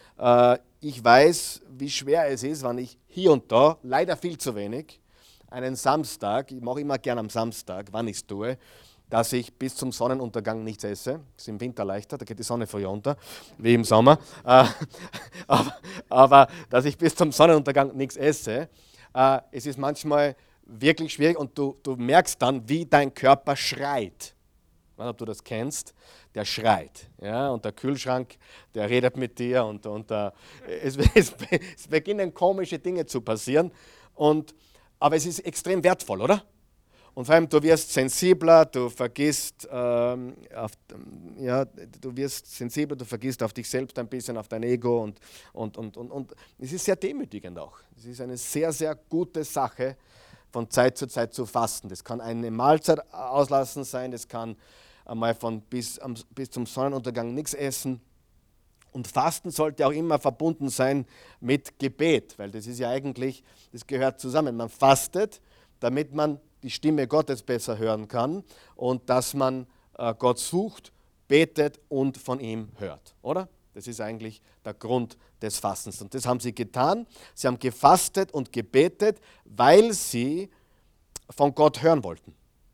Speaker 1: Ich weiß, wie schwer es ist, wenn ich hier und da, leider viel zu wenig, einen Samstag, ich mache immer gern am Samstag, wann ich es tue, dass ich bis zum Sonnenuntergang nichts esse. Das ist im Winter leichter, da geht die Sonne früher unter, wie im Sommer. Äh, aber, aber dass ich bis zum Sonnenuntergang nichts esse, äh, es ist manchmal wirklich schwierig und du, du merkst dann, wie dein Körper schreit. Ich weiß nicht, ob du das kennst, der schreit. Ja? Und der Kühlschrank, der redet mit dir und, und äh, es, es, es beginnen komische Dinge zu passieren. Und aber es ist extrem wertvoll, oder? Und vor allem, du wirst sensibler, du vergisst, ähm, auf, ja, du wirst sensibler, du vergisst auf dich selbst ein bisschen, auf dein Ego und, und, und, und, und es ist sehr demütigend auch. Es ist eine sehr, sehr gute Sache, von Zeit zu Zeit zu fasten. Das kann eine Mahlzeit auslassen sein, das kann einmal von bis, bis zum Sonnenuntergang nichts essen. Und Fasten sollte auch immer verbunden sein mit Gebet, weil das ist ja eigentlich, das gehört zusammen. Man fastet, damit man die Stimme Gottes besser hören kann und dass man äh, Gott sucht, betet und von ihm hört, oder? Das ist eigentlich der Grund des Fastens. Und das haben sie getan. Sie haben gefastet und gebetet, weil sie von Gott hören wollten.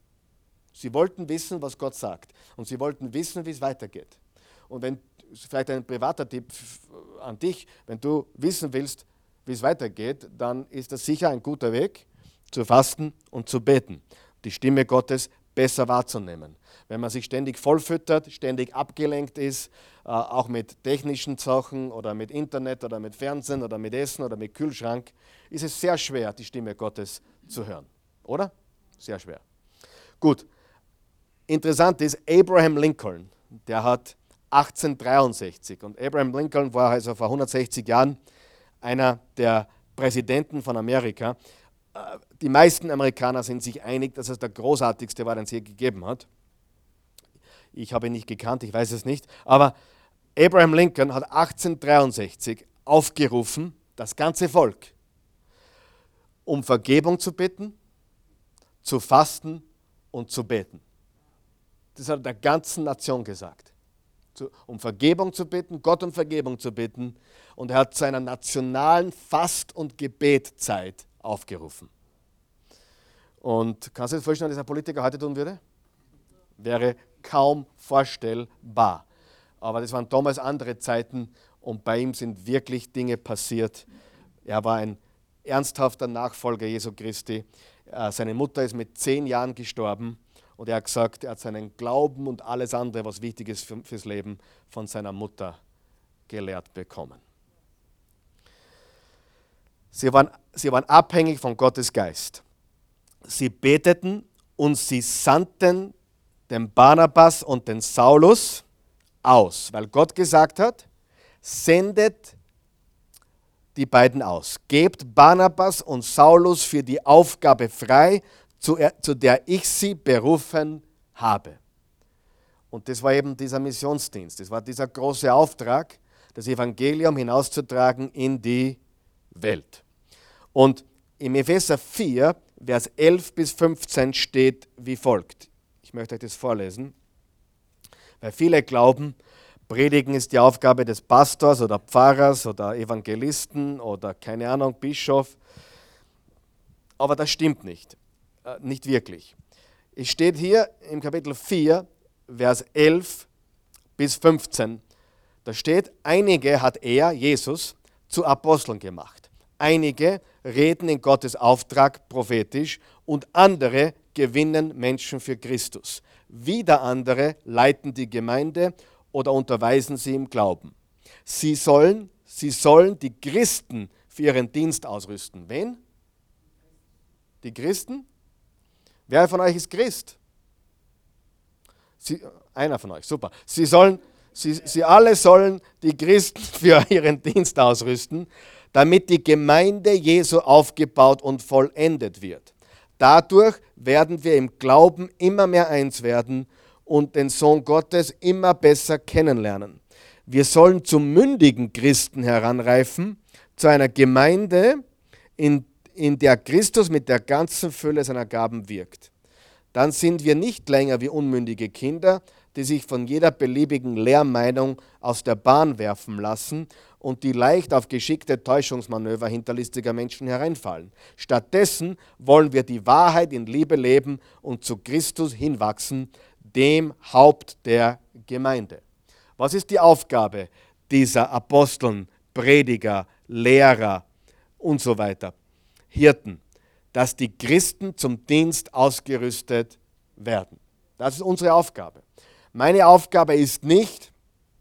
Speaker 1: Sie wollten wissen, was Gott sagt. Und sie wollten wissen, wie es weitergeht. Und wenn, vielleicht ein privater Tipp an dich, wenn du wissen willst, wie es weitergeht, dann ist das sicher ein guter Weg, zu fasten und zu beten, die Stimme Gottes besser wahrzunehmen. Wenn man sich ständig vollfüttert, ständig abgelenkt ist, äh, auch mit technischen Sachen oder mit Internet oder mit Fernsehen oder mit Essen oder mit Kühlschrank, ist es sehr schwer, die Stimme Gottes zu hören. Oder? Sehr schwer. Gut. Interessant ist, Abraham Lincoln, der hat achtzehnhundertdreiundsechzig. Und Abraham Lincoln war also vor hundertsechzig Jahren einer der Präsidenten von Amerika. Die meisten Amerikaner sind sich einig, dass es der großartigste war, den es je gegeben hat. Ich habe ihn nicht gekannt, ich weiß es nicht. Aber Abraham Lincoln hat achtzehnhundertdreiundsechzig aufgerufen, das ganze Volk, um Vergebung zu bitten, zu fasten und zu beten. Das hat er der ganzen Nation gesagt. Um Vergebung zu bitten, Gott um Vergebung zu bitten. Und er hat zu einer nationalen Fast- und Gebetzeit aufgerufen. Und kannst du dir vorstellen, was ein Politiker heute tun würde? Wäre kaum vorstellbar. Aber das waren damals andere Zeiten und bei ihm sind wirklich Dinge passiert. Er war ein ernsthafter Nachfolger Jesu Christi. Seine Mutter ist mit zehn Jahren gestorben. Und er hat gesagt, er hat seinen Glauben und alles andere, was wichtig ist für, fürs Leben, von seiner Mutter gelehrt bekommen. Sie waren, sie waren abhängig von Gottes Geist. Sie beteten und sie sandten den Barnabas und den Saulus aus, weil Gott gesagt hat, sendet die beiden aus. Gebt Barnabas und Saulus für die Aufgabe frei, zu, zu der ich sie berufen habe. Und das war eben dieser Missionsdienst. Das war dieser große Auftrag, das Evangelium hinauszutragen in die Welt. Und im Epheser vier, Vers elf bis fünfzehn steht wie folgt. Ich Ich möchte euch das vorlesen, weil viele glauben, Predigen ist die Aufgabe des Pastors oder Pfarrers oder Evangelisten oder keine Ahnung, Bischof. Aber das stimmt nicht, äh, nicht wirklich. Es steht hier im Kapitel vier, Vers elf bis fünfzehn, da steht, einige hat er, Jesus, zu Aposteln gemacht. Einige reden in Gottes Auftrag prophetisch und andere gewinnen Menschen für Christus. Wieder andere leiten die Gemeinde oder unterweisen sie im Glauben. Sie sollen, sie sollen die Christen für ihren Dienst ausrüsten. Wen? Die Christen? Wer von euch ist Christ? Sie, einer von euch, super. Sie, sollen, sie, sie alle sollen die Christen für ihren Dienst ausrüsten, damit die Gemeinde Jesu aufgebaut und vollendet wird. Dadurch werden wir im Glauben immer mehr eins werden und den Sohn Gottes immer besser kennenlernen. Wir sollen zu mündigen Christen heranreifen, zu einer Gemeinde, in, in der Christus mit der ganzen Fülle seiner Gaben wirkt. Dann sind wir nicht länger wie unmündige Kinder, die sich von jeder beliebigen Lehrmeinung aus der Bahn werfen lassen und die leicht auf geschickte Täuschungsmanöver hinterlistiger Menschen hereinfallen. Stattdessen wollen wir die Wahrheit in Liebe leben und zu Christus hinwachsen, dem Haupt der Gemeinde. Was ist die Aufgabe dieser Aposteln, Prediger, Lehrer und so weiter? Hirten, dass die Christen zum Dienst ausgerüstet werden. Das ist unsere Aufgabe. Meine Aufgabe ist nicht,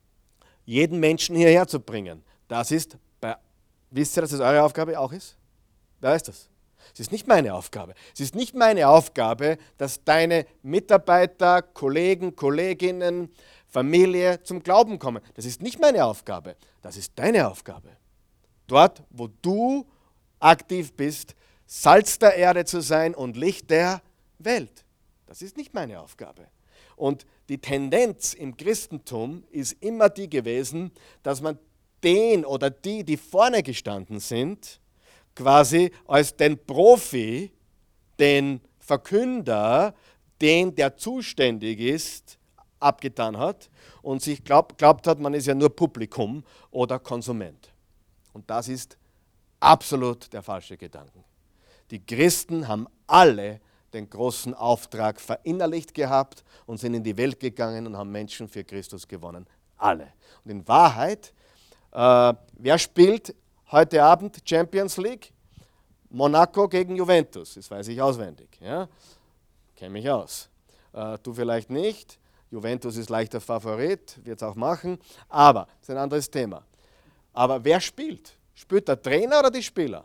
Speaker 1: jeden Menschen hierher zu bringen. Das ist, bei, wisst ihr, dass das eure Aufgabe auch ist? Wer weiß das? Es ist nicht meine Aufgabe. Es ist nicht meine Aufgabe, dass deine Mitarbeiter, Kollegen, Kolleginnen, Familie zum Glauben kommen. Das ist nicht meine Aufgabe. Das ist deine Aufgabe. Dort, wo du aktiv bist, Salz der Erde zu sein und Licht der Welt. Das ist nicht meine Aufgabe. Und die Tendenz im Christentum ist immer die gewesen, dass man den oder die, die vorne gestanden sind, quasi als den Profi, den Verkünder, den, der zuständig ist, abgetan hat und sich glaub, glaubt hat, man ist ja nur Publikum oder Konsument. Und das ist absolut der falsche Gedanke. Die Christen haben alle den großen Auftrag verinnerlicht gehabt und sind in die Welt gegangen und haben Menschen für Christus gewonnen. Alle. Und in Wahrheit, äh, wer spielt heute Abend Champions League? Monaco gegen Juventus, das weiß ich auswendig. Ja? Kenne mich aus. Äh, du vielleicht nicht. Juventus ist leichter Favorit, wird es auch machen. Aber, das ist ein anderes Thema. Aber wer spielt? Spielt der Trainer oder die Spieler?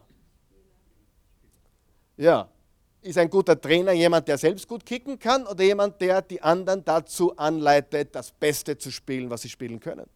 Speaker 1: Ja. Ist ein guter Trainer jemand, der selbst gut kicken kann oder jemand, der die anderen dazu anleitet, das Beste zu spielen, was sie spielen können?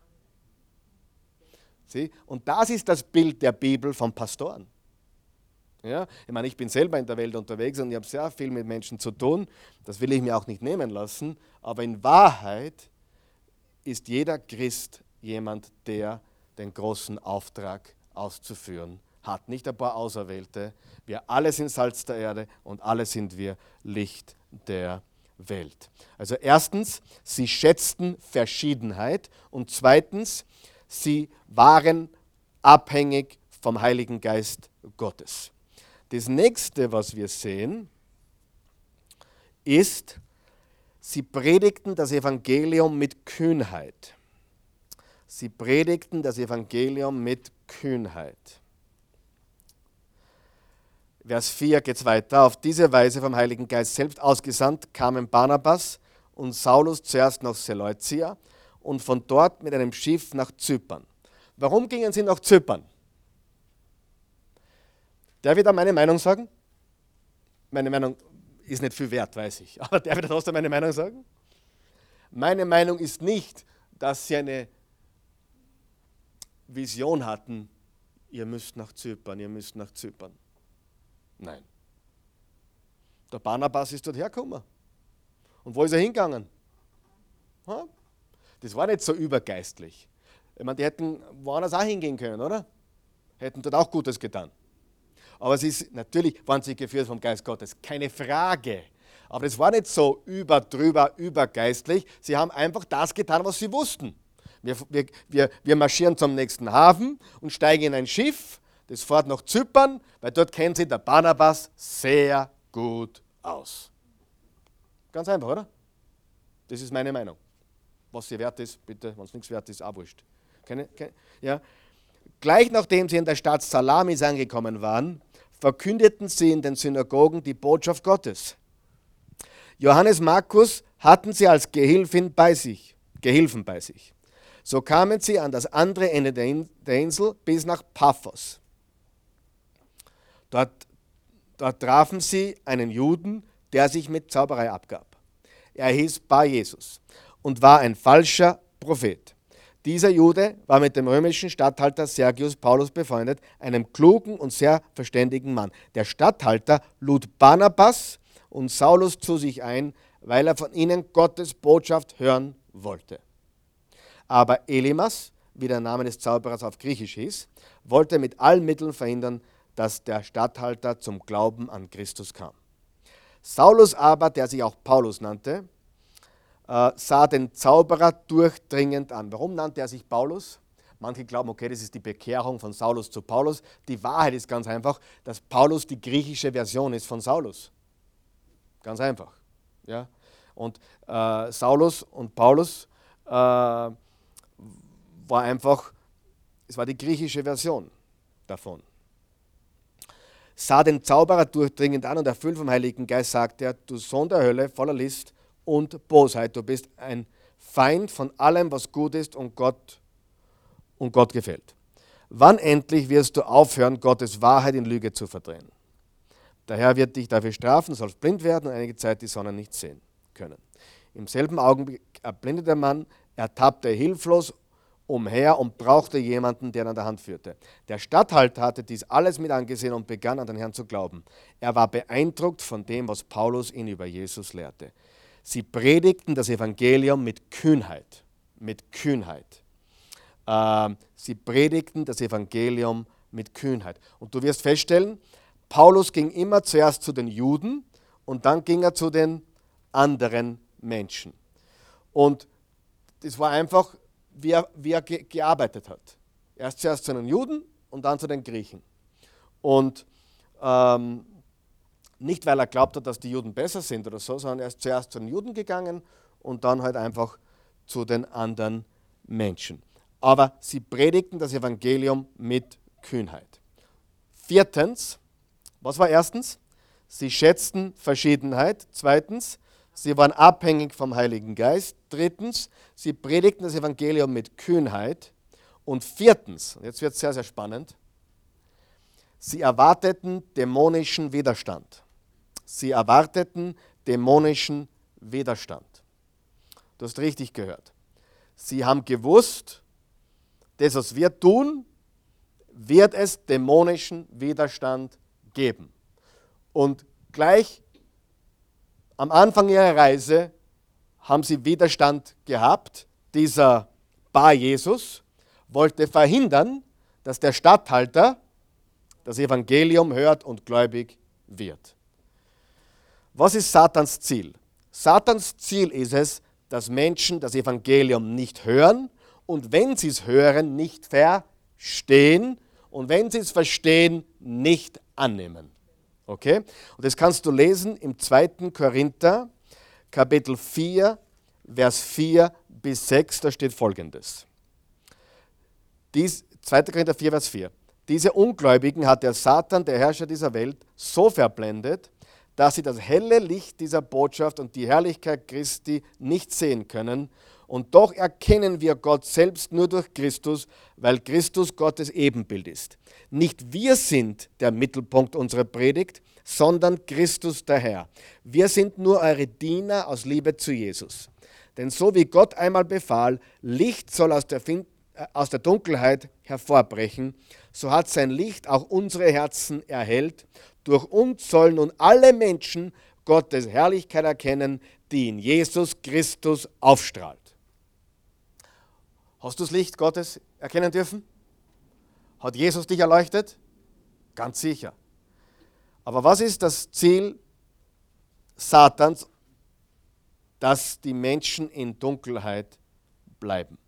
Speaker 1: Sie? Und das ist das Bild der Bibel von Pastoren. Ja? Ich meine, ich bin selber in der Welt unterwegs und ich habe sehr viel mit Menschen zu tun. Das will ich mir auch nicht nehmen lassen. Aber in Wahrheit ist jeder Christ jemand, der den großen Auftrag auszuführen hat. Nicht ein paar Auserwählte. Wir alle sind Salz der Erde und alle sind wir Licht der Welt. Also erstens, sie schätzten Verschiedenheit und zweitens, sie waren abhängig vom Heiligen Geist Gottes. Das nächste, was wir sehen, ist, sie predigten das Evangelium mit Kühnheit. Sie predigten das Evangelium mit Kühnheit. Vers vier geht es weiter. Auf diese Weise vom Heiligen Geist selbst ausgesandt kamen Barnabas und Saulus zuerst nach Seleucia und von dort mit einem Schiff nach Zypern. Warum gingen sie nach Zypern? Darf ich da meine Meinung sagen? Meine Meinung ist nicht viel wert, weiß ich. Aber darf ich da trotzdem meine Meinung sagen? Meine Meinung ist nicht, dass sie eine Vision hatten, ihr müsst nach Zypern, ihr müsst nach Zypern. Nein. Der Barnabas ist dort hergekommen. Und wo ist er hingegangen? Das war nicht so übergeistlich. Ich meine, die hätten woanders auch hingehen können, oder? Hätten dort auch Gutes getan. Aber es ist, natürlich waren sie geführt vom Geist Gottes, keine Frage. Aber das war nicht so über, drüber, übergeistlich. Sie haben einfach das getan, was sie wussten. Wir, wir, wir, wir marschieren zum nächsten Hafen und steigen in ein Schiff, das fährt nach Zypern, weil dort kennt sich der Barnabas sehr gut aus. Ganz einfach, oder? Das ist meine Meinung. Was sie wert ist, bitte, wenn es nichts wert ist, auch wurscht. Keine, keine, ja. Gleich nachdem sie in der Stadt Salamis angekommen waren, verkündeten sie in den Synagogen die Botschaft Gottes. Johannes Markus hatten sie als Gehilfin bei sich, Gehilfen bei sich. So kamen sie an das andere Ende der Insel bis nach Paphos. Dort, dort trafen sie einen Juden, der sich mit Zauberei abgab. Er hieß Bar-Jesus und war ein falscher Prophet. Dieser Jude war mit dem römischen Statthalter Sergius Paulus befreundet, einem klugen und sehr verständigen Mann. Der Statthalter lud Barnabas und Saulus zu sich ein, weil er von ihnen Gottes Botschaft hören wollte. Aber Elimas, wie der Name des Zauberers auf Griechisch hieß, wollte mit allen Mitteln verhindern, dass der Statthalter zum Glauben an Christus kam. Saulus aber, der sich auch Paulus nannte, äh, sah den Zauberer durchdringend an. Warum nannte er sich Paulus? Manche glauben, okay, das ist die Bekehrung von Saulus zu Paulus. Die Wahrheit ist ganz einfach, dass Paulus die griechische Version ist von Saulus. Ganz einfach. Ja? Und äh, Saulus und Paulus äh, war einfach, es war die griechische Version davon. Sah den Zauberer durchdringend an und erfüllt vom Heiligen Geist sagte er, du Sohn der Hölle, voller List und Bosheit, du bist ein Feind von allem, was gut ist und Gott, und Gott gefällt. Wann endlich wirst du aufhören, Gottes Wahrheit in Lüge zu verdrehen? Der Herr wird dich dafür strafen, du sollst blind werden und einige Zeit die Sonne nicht sehen können. Im selben Augenblick erblindete der Mann, er tappte hilflos umher und brauchte jemanden, der ihn an der Hand führte. Der Statthalter hatte dies alles mit angesehen und begann an den Herrn zu glauben. Er war beeindruckt von dem, was Paulus ihn über Jesus lehrte. Sie predigten das Evangelium mit Kühnheit. Mit Kühnheit. Ähm, sie predigten das Evangelium mit Kühnheit. Und du wirst feststellen, Paulus ging immer zuerst zu den Juden und dann ging er zu den anderen Menschen. Und das war einfach, wie er, wie er ge- gearbeitet hat. Erst zuerst zu den Juden und dann zu den Griechen. Und ähm, nicht, weil er glaubt hat, dass die Juden besser sind oder so, sondern er ist zuerst zu den Juden gegangen und dann halt einfach zu den anderen Menschen. Aber sie predigten das Evangelium mit Kühnheit. Viertens, was war erstens? Sie schätzten Verschiedenheit. Zweitens, sie waren abhängig vom Heiligen Geist. Drittens, sie predigten das Evangelium mit Kühnheit. Und viertens, jetzt wird es sehr, sehr spannend, sie erwarteten dämonischen Widerstand. Sie erwarteten dämonischen Widerstand. Du hast richtig gehört. Sie haben gewusst, das, was wir tun, wird es dämonischen Widerstand geben. Und gleich am Anfang ihrer Reise haben sie Widerstand gehabt. Dieser Bar-Jesus wollte verhindern, dass der Statthalter das Evangelium hört und gläubig wird. Was ist Satans Ziel? Satans Ziel ist es, dass Menschen das Evangelium nicht hören und wenn sie es hören, nicht verstehen und wenn sie es verstehen, nicht annehmen. Okay? Und das kannst du lesen im zweiten Korinther, Kapitel vier, Vers vier bis sechs, da steht Folgendes. Dies, zweiter Korinther vier, Vers vier. Diese Ungläubigen hat der Satan, der Herrscher dieser Welt, so verblendet, dass sie das helle Licht dieser Botschaft und die Herrlichkeit Christi nicht sehen können. Und doch erkennen wir Gott selbst nur durch Christus, weil Christus Gottes Ebenbild ist. Nicht wir sind der Mittelpunkt unserer Predigt, sondern Christus der Herr. Wir sind nur eure Diener aus Liebe zu Jesus. Denn so wie Gott einmal befahl, Licht soll aus der, fin- äh, aus der Dunkelheit hervorbrechen, so hat sein Licht auch unsere Herzen erhellt. Durch uns sollen nun alle Menschen Gottes Herrlichkeit erkennen, die in Jesus Christus aufstrahlt. Hast du das Licht Gottes erkennen dürfen? Hat Jesus dich erleuchtet? Ganz sicher. Aber was ist das Ziel Satans, dass die Menschen in Dunkelheit bleiben.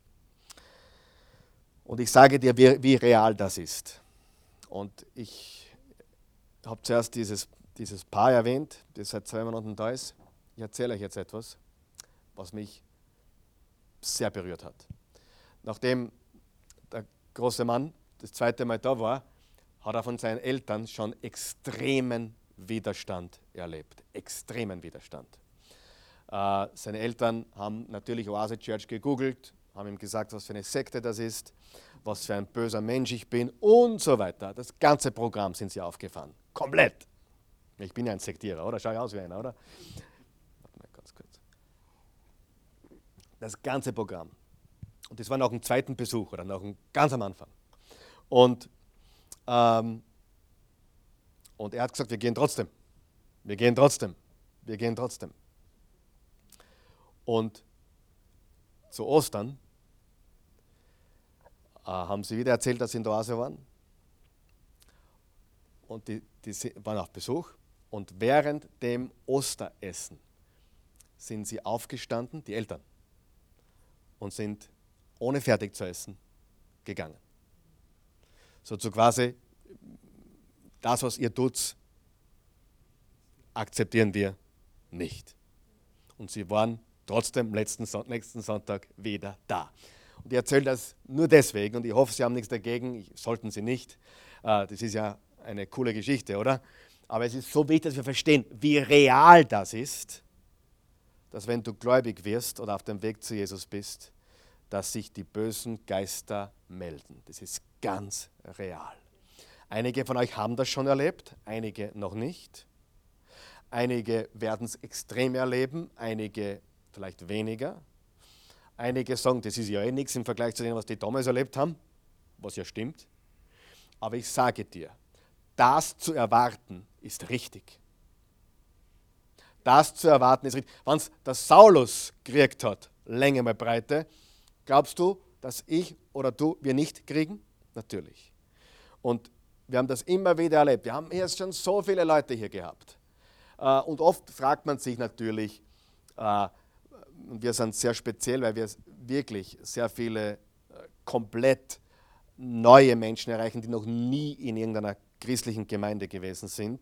Speaker 1: Und ich sage dir, wie, wie real das ist. Und ich habe zuerst dieses, dieses Paar erwähnt, das seit zwei Monaten da ist. Ich erzähle euch jetzt etwas, was mich sehr berührt hat. Nachdem der große Mann das zweite Mal da war, hat er von seinen Eltern schon extremen Widerstand erlebt. Extremen Widerstand. Äh, seine Eltern haben natürlich Oase Church gegoogelt, haben ihm gesagt, was für eine Sekte das ist, was für ein böser Mensch ich bin und so weiter. Das ganze Programm sind sie aufgefahren. Komplett. Ich bin ja ein Sektierer, oder? Schau ich aus wie einer, oder? Warte mal ganz kurz. Das ganze Programm. Und das war noch ein zweiten Besuch oder noch ein, ganz am Anfang. Und, ähm, und er hat gesagt, wir gehen trotzdem. Wir gehen trotzdem. Wir gehen trotzdem. Und zu Ostern äh, haben sie wieder erzählt, dass sie in der Oase waren. Und die, die waren auf Besuch. Und während dem Osteressen sind sie aufgestanden, die Eltern, und sind ohne fertig zu essen gegangen. So zu quasi, das, was ihr tut, akzeptieren wir nicht. Und sie waren trotzdem letzten, nächsten Sonntag wieder da. Und ich erzähle das nur deswegen, und ich hoffe, Sie haben nichts dagegen, sollten Sie nicht. Das ist ja eine coole Geschichte, oder? Aber es ist so wichtig, dass wir verstehen, wie real das ist, dass wenn du gläubig wirst oder auf dem Weg zu Jesus bist, dass sich die bösen Geister melden. Das ist ganz real. Einige von euch haben das schon erlebt, einige noch nicht. Einige werden es extrem erleben, einige vielleicht weniger. Einige sagen, das ist ja eh nichts im Vergleich zu dem, was die damals erlebt haben, was ja stimmt. Aber ich sage dir, das zu erwarten ist richtig. Das zu erwarten ist richtig. Wenn es der Saulus gekriegt hat, Länge mal Breite, glaubst du, dass ich oder du wir nicht kriegen? Natürlich. Und wir haben das immer wieder erlebt. Wir haben jetzt schon so viele Leute hier gehabt. Und oft fragt man sich natürlich, und wir sind sehr speziell, weil wir wirklich sehr viele komplett neue Menschen erreichen, die noch nie in irgendeiner christlichen Gemeinde gewesen sind,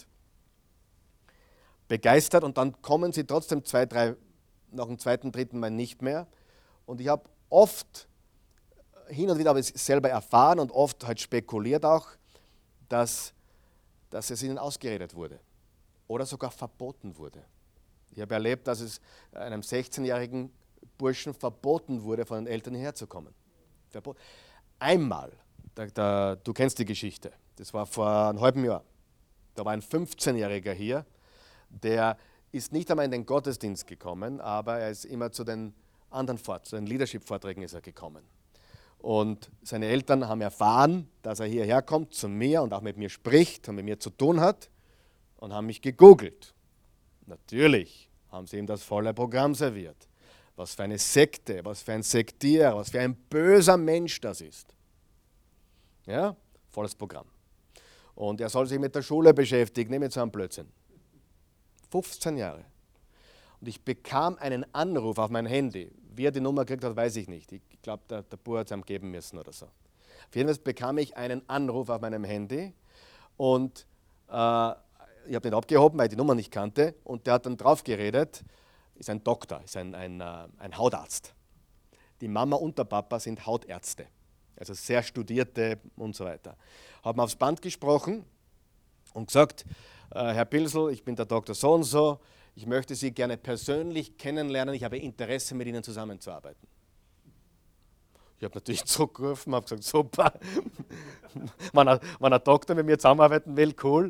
Speaker 1: begeistert, und dann kommen sie trotzdem zwei, drei, nach dem zweiten, dritten Mal nicht mehr. Und ich habe oft, hin und wieder habe ich es selber erfahren und oft halt spekuliert auch, dass, dass es ihnen ausgeredet wurde oder sogar verboten wurde. Ich habe erlebt, dass es einem sechzehnjährigen Burschen verboten wurde, von den Eltern hierher zu kommen. Verbot. Einmal, da, da, du kennst die Geschichte, das war vor einem halben Jahr, da war ein fünfzehnjähriger hier, der ist nicht einmal in den Gottesdienst gekommen, aber er ist immer zu den anderen Fort, zu den Leadership-Vorträgen ist er gekommen. Und seine Eltern haben erfahren, dass er hierher kommt zu mir und auch mit mir spricht und mit mir zu tun hat, und haben mich gegoogelt. Natürlich haben sie ihm das volle Programm serviert. Was für eine Sekte, was für ein Sektierer, was für ein böser Mensch das ist. Ja, volles Programm. Und er soll sich mit der Schule beschäftigen, nicht mit so einem Blödsinn. fünfzehn Jahre. Und ich bekam einen Anruf auf mein Handy. Wie er die Nummer gekriegt hat, weiß ich nicht. Ich glaube, der, der Bub hat es ihm geben müssen oder so. Auf jeden Fall bekam ich einen Anruf auf meinem Handy und äh, ich habe nicht abgehoben, weil ich die Nummer nicht kannte, und der hat dann drauf geredet, ist ein Doktor, ist ein, ein, ein Hautarzt. Die Mama und der Papa sind Hautärzte, also sehr studierte und so weiter. Haben aufs Band gesprochen und gesagt, äh, Herr Pilsel, ich bin der Doktor so und so, ich möchte Sie gerne persönlich kennenlernen, ich habe Interesse, mit Ihnen zusammenzuarbeiten. Ich habe natürlich zurückgerufen, habe gesagt, super, wenn, ein, wenn ein Doktor mit mir zusammenarbeiten will, cool.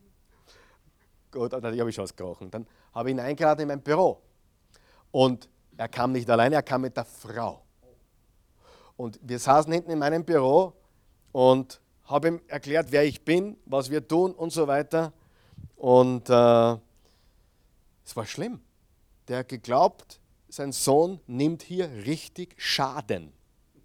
Speaker 1: Gut, dann habe ich schon ausgerochen. Dann habe ich ihn eingeladen in mein Büro. Und er kam nicht alleine, er kam mit der Frau. Und wir saßen hinten in meinem Büro und habe ihm erklärt, wer ich bin, was wir tun und so weiter. Und äh, es war schlimm. Der hat geglaubt, sein Sohn nimmt hier richtig Schaden.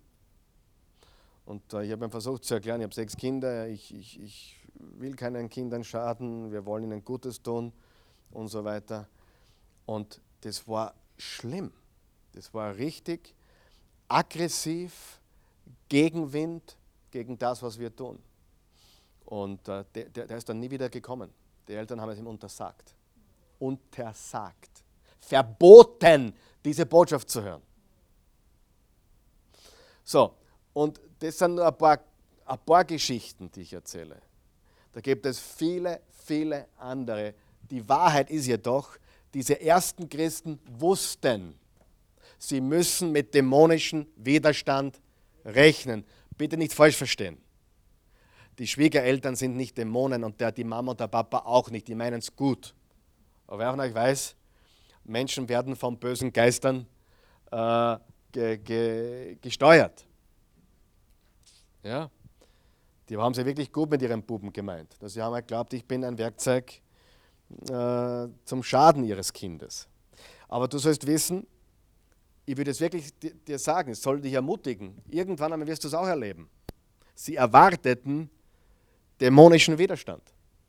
Speaker 1: Und äh, ich habe ihm versucht zu erklären, ich habe sechs Kinder, ich, ich, ich will keinen Kindern schaden, wir wollen ihnen Gutes tun. und so weiter. Und das war schlimm. Das war richtig aggressiv, Gegenwind gegen das, was wir tun. Und äh, der, der, der ist dann nie wieder gekommen. Die Eltern haben es ihm untersagt. Untersagt. Verboten, diese Botschaft zu hören. So, und das sind nur ein paar, ein paar Geschichten, die ich erzähle. Da gibt es viele, viele andere. Die Wahrheit ist jedoch, diese ersten Christen wussten, sie müssen mit dämonischem Widerstand rechnen. Bitte nicht falsch verstehen. Die Schwiegereltern sind nicht Dämonen und der, die Mama und der Papa auch nicht. Die meinen es gut. Aber wer von euch weiß, Menschen werden von bösen Geistern äh, ge, ge, gesteuert. Ja? Die haben sie wirklich gut mit ihren Buben gemeint. Sie haben geglaubt, ich bin ein Werkzeug äh, zum Schaden ihres Kindes. Aber du sollst wissen, ich würde es wirklich dir sagen, es soll dich ermutigen. Irgendwann einmal wirst du es auch erleben. Sie erwarteten dämonischen Widerstand.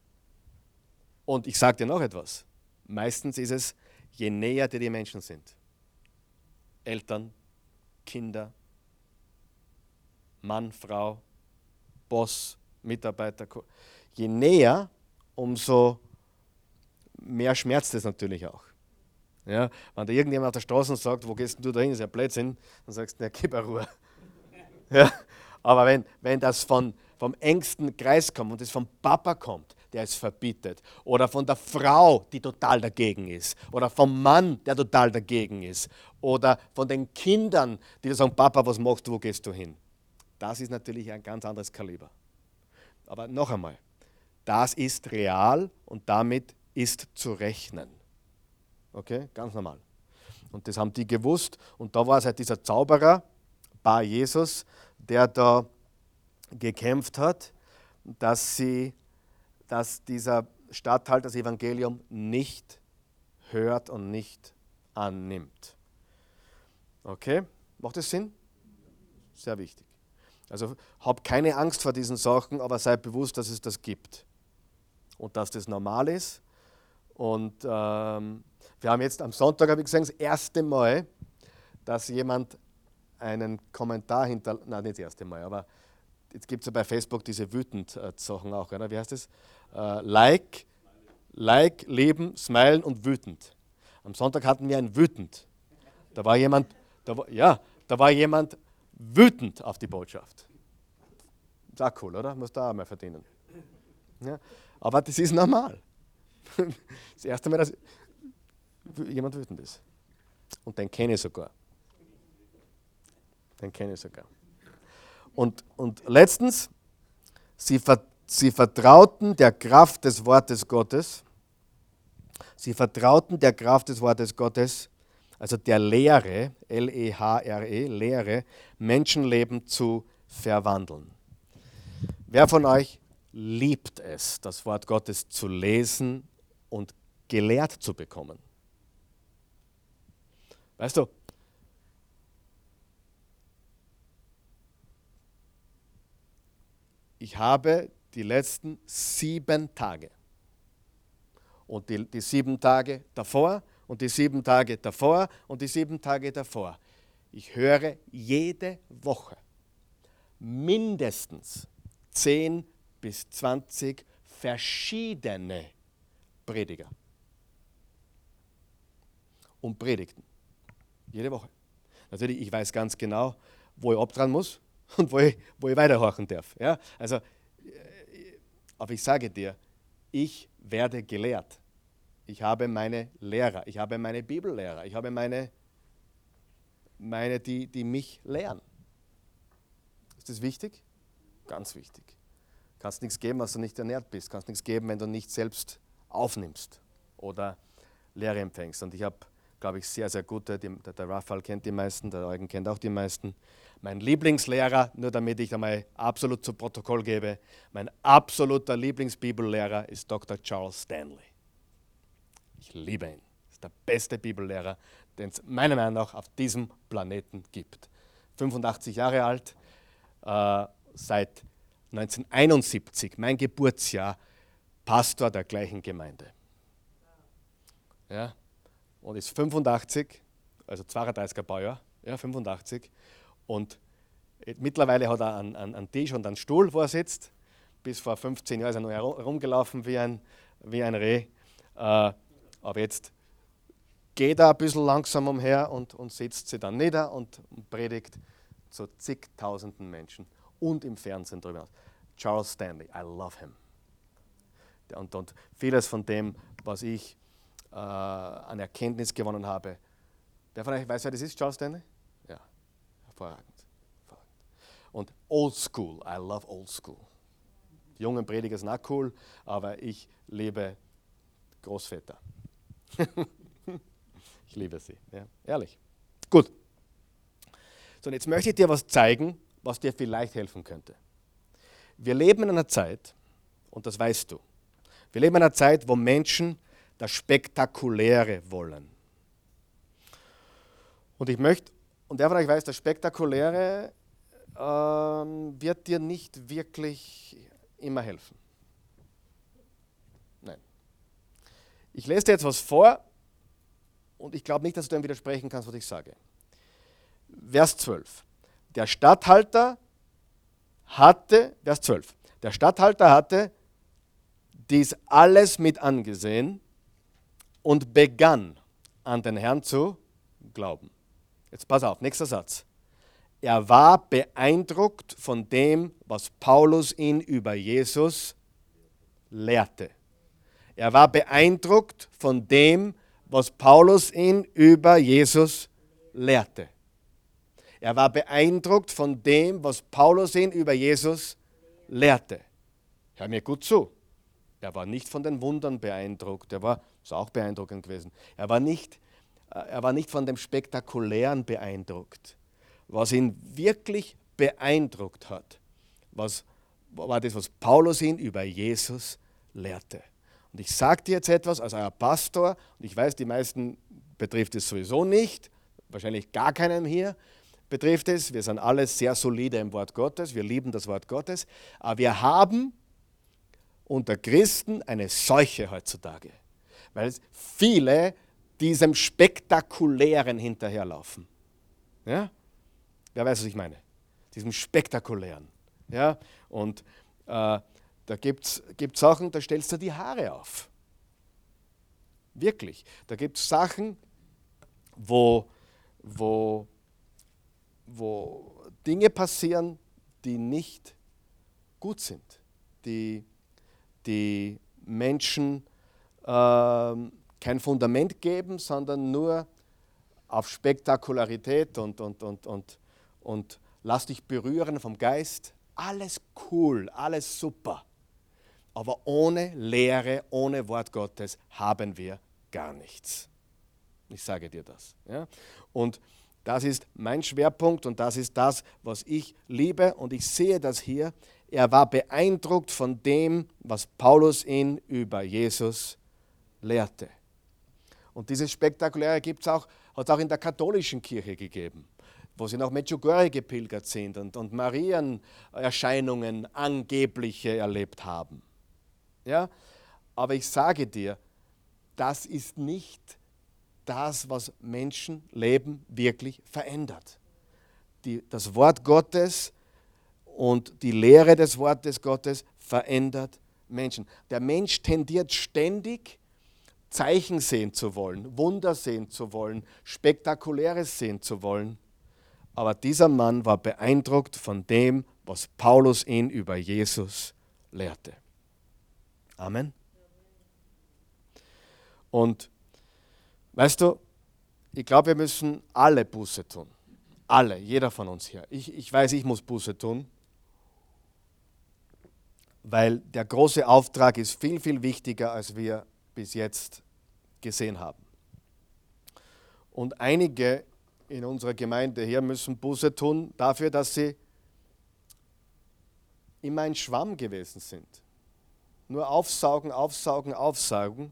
Speaker 1: Und ich sage dir noch etwas. Meistens ist es, je näher dir die Menschen sind. Eltern, Kinder, Mann, Frau, Boss, Mitarbeiter. Je näher, umso mehr schmerzt es natürlich auch. Ja, wenn da irgendjemand auf der Straße sagt, wo gehst du da hin, das ist ja Blödsinn, dann sagst du, na, gib mir Ruhe. Ja, aber wenn, wenn das von, vom engsten Kreis kommt und es vom Papa kommt, der es verbietet, oder von der Frau, die total dagegen ist, oder vom Mann, der total dagegen ist, oder von den Kindern, die sagen, Papa, was machst du, wo gehst du hin? Das ist natürlich ein ganz anderes Kaliber. Aber noch einmal, das ist real und damit ist zu rechnen. Okay, ganz normal. Und das haben die gewusst. Und da war es halt dieser Zauberer, Bar Jesus, der da gekämpft hat, dass, sie, dass dieser Statthalter das Evangelium nicht hört und nicht annimmt. Okay, macht das Sinn? Sehr wichtig. Also hab keine Angst vor diesen Sachen, aber sei bewusst, dass es das gibt. Und dass das normal ist. Und ähm, wir haben jetzt am Sonntag, habe ich gesehen, das erste Mal, dass jemand einen Kommentar hinter, nein, nicht das erste Mal, aber jetzt gibt es ja bei Facebook diese wütend-Sachen auch, oder? Wie heißt das? Äh, like, like, leben, smilen und wütend. Am Sonntag hatten wir ein wütend. Da war jemand, da war, ja, da war jemand wütend auf die Botschaft. Ist auch cool, oder? Muss da auch mal verdienen. Ja, aber das ist normal. Das erste Mal, dass jemand wütend ist. Und den kenne ich sogar. Den kenne ich sogar. Und, und letztens, sie, ver, sie vertrauten der Kraft des Wortes Gottes. Sie vertrauten der Kraft des Wortes Gottes, also der Lehre, L E H R E, Lehre, Menschenleben zu verwandeln. Wer von euch liebt es, das Wort Gottes zu lesen und gelehrt zu bekommen? Weißt du, ich habe die letzten sieben Tage und die, die sieben Tage davor und die sieben Tage davor und die sieben Tage davor, ich höre jede Woche mindestens zehn bis zwanzig verschiedene Prediger und Predigten. Jede Woche. Natürlich, ich weiß ganz genau, wo ich abdran muss und wo ich, wo ich weiterhorchen darf. Ja? Also, aber ich sage dir, ich werde gelehrt. Ich habe meine Lehrer, ich habe meine Bibellehrer, ich habe meine, meine die, die mich lehren. Ist das wichtig? Ganz wichtig. Du kannst nichts geben, was du nicht ernährt bist. Du kannst nichts geben, wenn du nicht selbst aufnimmst oder Lehre empfängst. Und ich habe, glaube ich, sehr, sehr gute, die, der, der Raphael kennt die meisten, der Eugen kennt auch die meisten. Mein Lieblingslehrer, nur damit ich einmal absolut zu Protokoll gebe, mein absoluter Lieblingsbibellehrer ist Doktor Charles Stanley. Ich liebe ihn. Das ist der beste Bibellehrer, den es meiner Meinung nach auf diesem Planeten gibt. fünfundachtzig Jahre alt, äh, seit neunzehnhunderteinundsiebzig, mein Geburtsjahr, Pastor der gleichen Gemeinde. Ja, und ist fünfundachtzig, also zweiunddreißiger Baujahr, ja, fünfundachtzig. Und mittlerweile hat er einen, einen, einen Tisch und einen Stuhl, wo er sitzt. Bis vor fünfzehn Jahren ist er noch herumgelaufen wie ein, wie ein Reh. Äh, aber jetzt geht er ein bisschen langsam umher und, und setzt sich dann nieder und, und predigt zu zigtausenden Menschen und im Fernsehen darüber hinaus. Charles Stanley, I love him. Und, und vieles von dem, was ich äh, an Erkenntnis gewonnen habe. Wer von euch weiß, wer das ist, Charles Stanley? Ja, hervorragend. hervorragend. Und Old School, I love Old School. Die jungen Prediger sind auch cool, aber ich liebe Großväter. Ich liebe sie, ja, ehrlich. Gut. So, und jetzt möchte ich dir was zeigen, was dir vielleicht helfen könnte. Wir leben in einer Zeit, und das weißt du, wir leben in einer Zeit, wo Menschen das Spektakuläre wollen. Und ich möchte, und wer von euch weiß, das Spektakuläre ähm, wird dir nicht wirklich immer helfen. Nein. Ich lese dir jetzt was vor und ich glaube nicht, dass du dem widersprechen kannst, was ich sage. Vers zwölf. Der Statthalter hatte, Vers zwölf, der Statthalter hatte dies alles mit angesehen und begann an den Herrn zu glauben. Jetzt pass auf, nächster Satz. Er war beeindruckt von dem, was Paulus ihn über Jesus lehrte. Er war beeindruckt von dem, was Paulus ihn über Jesus lehrte. Er war beeindruckt von dem, was Paulus ihn über Jesus lehrte. Hör mir gut zu. Er war nicht von den Wundern beeindruckt. Er war, ist auch beeindruckend gewesen. Er war nicht, er war nicht von dem Spektakulären beeindruckt. Was ihn wirklich beeindruckt hat, was, war das, was Paulus ihn über Jesus lehrte. Und ich sage dir jetzt etwas als euer Pastor, und ich weiß, die meisten betrifft es sowieso nicht, wahrscheinlich gar keinem hier betrifft es. Wir sind alle sehr solide im Wort Gottes, wir lieben das Wort Gottes, aber wir haben unter Christen eine Seuche heutzutage, weil viele diesem Spektakulären hinterherlaufen. Ja? Wer weiß, was ich meine? Diesem Spektakulären. Ja? Und äh, da gibt es Sachen, da stellst du die Haare auf. Wirklich. Da gibt es Sachen, wo, wo, wo Dinge passieren, die nicht gut sind, die, die Menschen äh, kein Fundament geben, sondern nur auf Spektakularität und, und, und, und, und lass dich berühren vom Geist. Alles cool, alles super. Aber ohne Lehre, ohne Wort Gottes haben wir gar nichts. Ich sage dir das. Ja? Und das ist mein Schwerpunkt und das ist das, was ich liebe. Und ich sehe das hier. Er war beeindruckt von dem, was Paulus ihn über Jesus lehrte. Und dieses Spektakuläre gibt's auch, hat es auch in der katholischen Kirche gegeben, wo sie nach Medjugorje gepilgert sind und, und Marienerscheinungen angebliche erlebt haben. Ja? Aber ich sage dir, das ist nicht das, was Menschenleben wirklich verändert. Die, das Wort Gottes und die Lehre des Wortes Gottes verändert Menschen. Der Mensch tendiert ständig, Zeichen sehen zu wollen, Wunder sehen zu wollen, Spektakuläres sehen zu wollen. Aber dieser Mann war beeindruckt von dem, was Paulus ihn über Jesus lehrte. Amen. Und weißt du, ich glaube, wir müssen alle Buße tun. Alle, jeder von uns hier. Ich, ich weiß, ich muss Buße tun, weil der große Auftrag ist viel, viel wichtiger, als wir bis jetzt gesehen haben. Und einige in unserer Gemeinde hier müssen Buße tun dafür, dass sie immer ein Schwamm gewesen sind. Nur aufsaugen, aufsaugen, aufsaugen.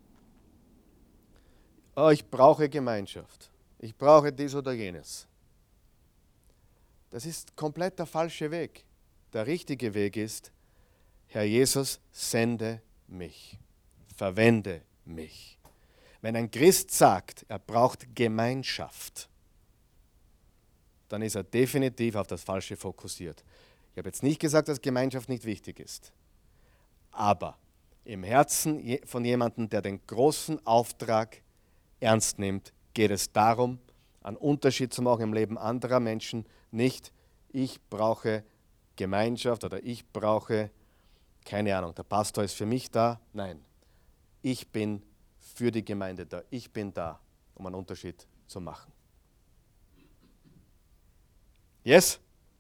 Speaker 1: Oh, ich brauche Gemeinschaft. Ich brauche dies oder jenes. Das ist komplett der falsche Weg. Der richtige Weg ist, Herr Jesus, sende mich. Verwende mich. Wenn ein Christ sagt, er braucht Gemeinschaft, dann ist er definitiv auf das Falsche fokussiert. Ich habe jetzt nicht gesagt, dass Gemeinschaft nicht wichtig ist, aber im Herzen von jemandem, der den großen Auftrag ernst nimmt, geht es darum, einen Unterschied zu machen im Leben anderer Menschen. Nicht, ich brauche Gemeinschaft oder ich brauche, keine Ahnung, der Pastor ist für mich da. Nein, ich bin für die Gemeinde da. Ich bin da, um einen Unterschied zu machen. Yes?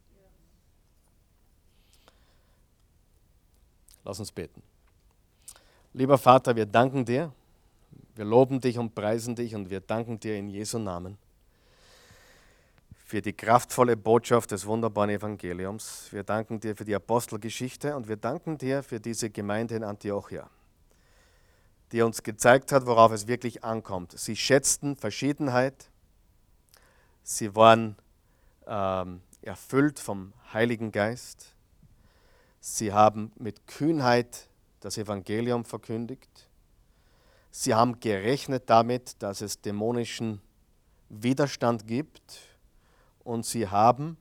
Speaker 1: Lass uns beten. Lieber Vater, wir danken dir, wir loben dich und preisen dich und wir danken dir in Jesu Namen für die kraftvolle Botschaft des wunderbaren Evangeliums. Wir danken dir für die Apostelgeschichte und wir danken dir für diese Gemeinde in Antiochia, die uns gezeigt hat, worauf es wirklich ankommt. Sie schätzten Verschiedenheit, sie waren ähm, erfüllt vom Heiligen Geist, sie haben mit Kühnheit das Evangelium verkündigt, sie haben gerechnet damit, dass es dämonischen Widerstand gibt und sie haben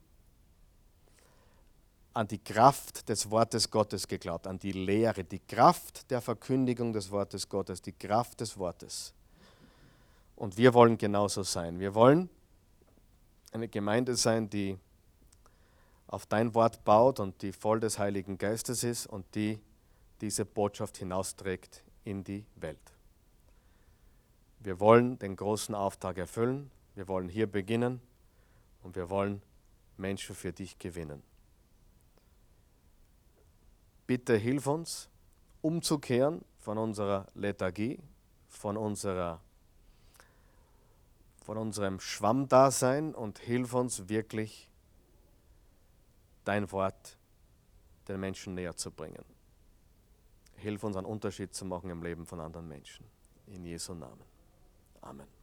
Speaker 1: an die Kraft des Wortes Gottes geglaubt, an die Lehre, die Kraft der Verkündigung des Wortes Gottes, die Kraft des Wortes. Und wir wollen genauso sein. Wir wollen eine Gemeinde sein, die auf dein Wort baut und die voll des Heiligen Geistes ist und die diese Botschaft hinausträgt in die Welt. Wir wollen den großen Auftrag erfüllen, wir wollen hier beginnen und wir wollen Menschen für dich gewinnen. Bitte hilf uns, umzukehren von unserer Lethargie, von, unserer, von unserem Schwammdasein und hilf uns wirklich, dein Wort den Menschen näher zu bringen. Hilf uns, einen Unterschied zu machen im Leben von anderen Menschen. In Jesu Namen. Amen.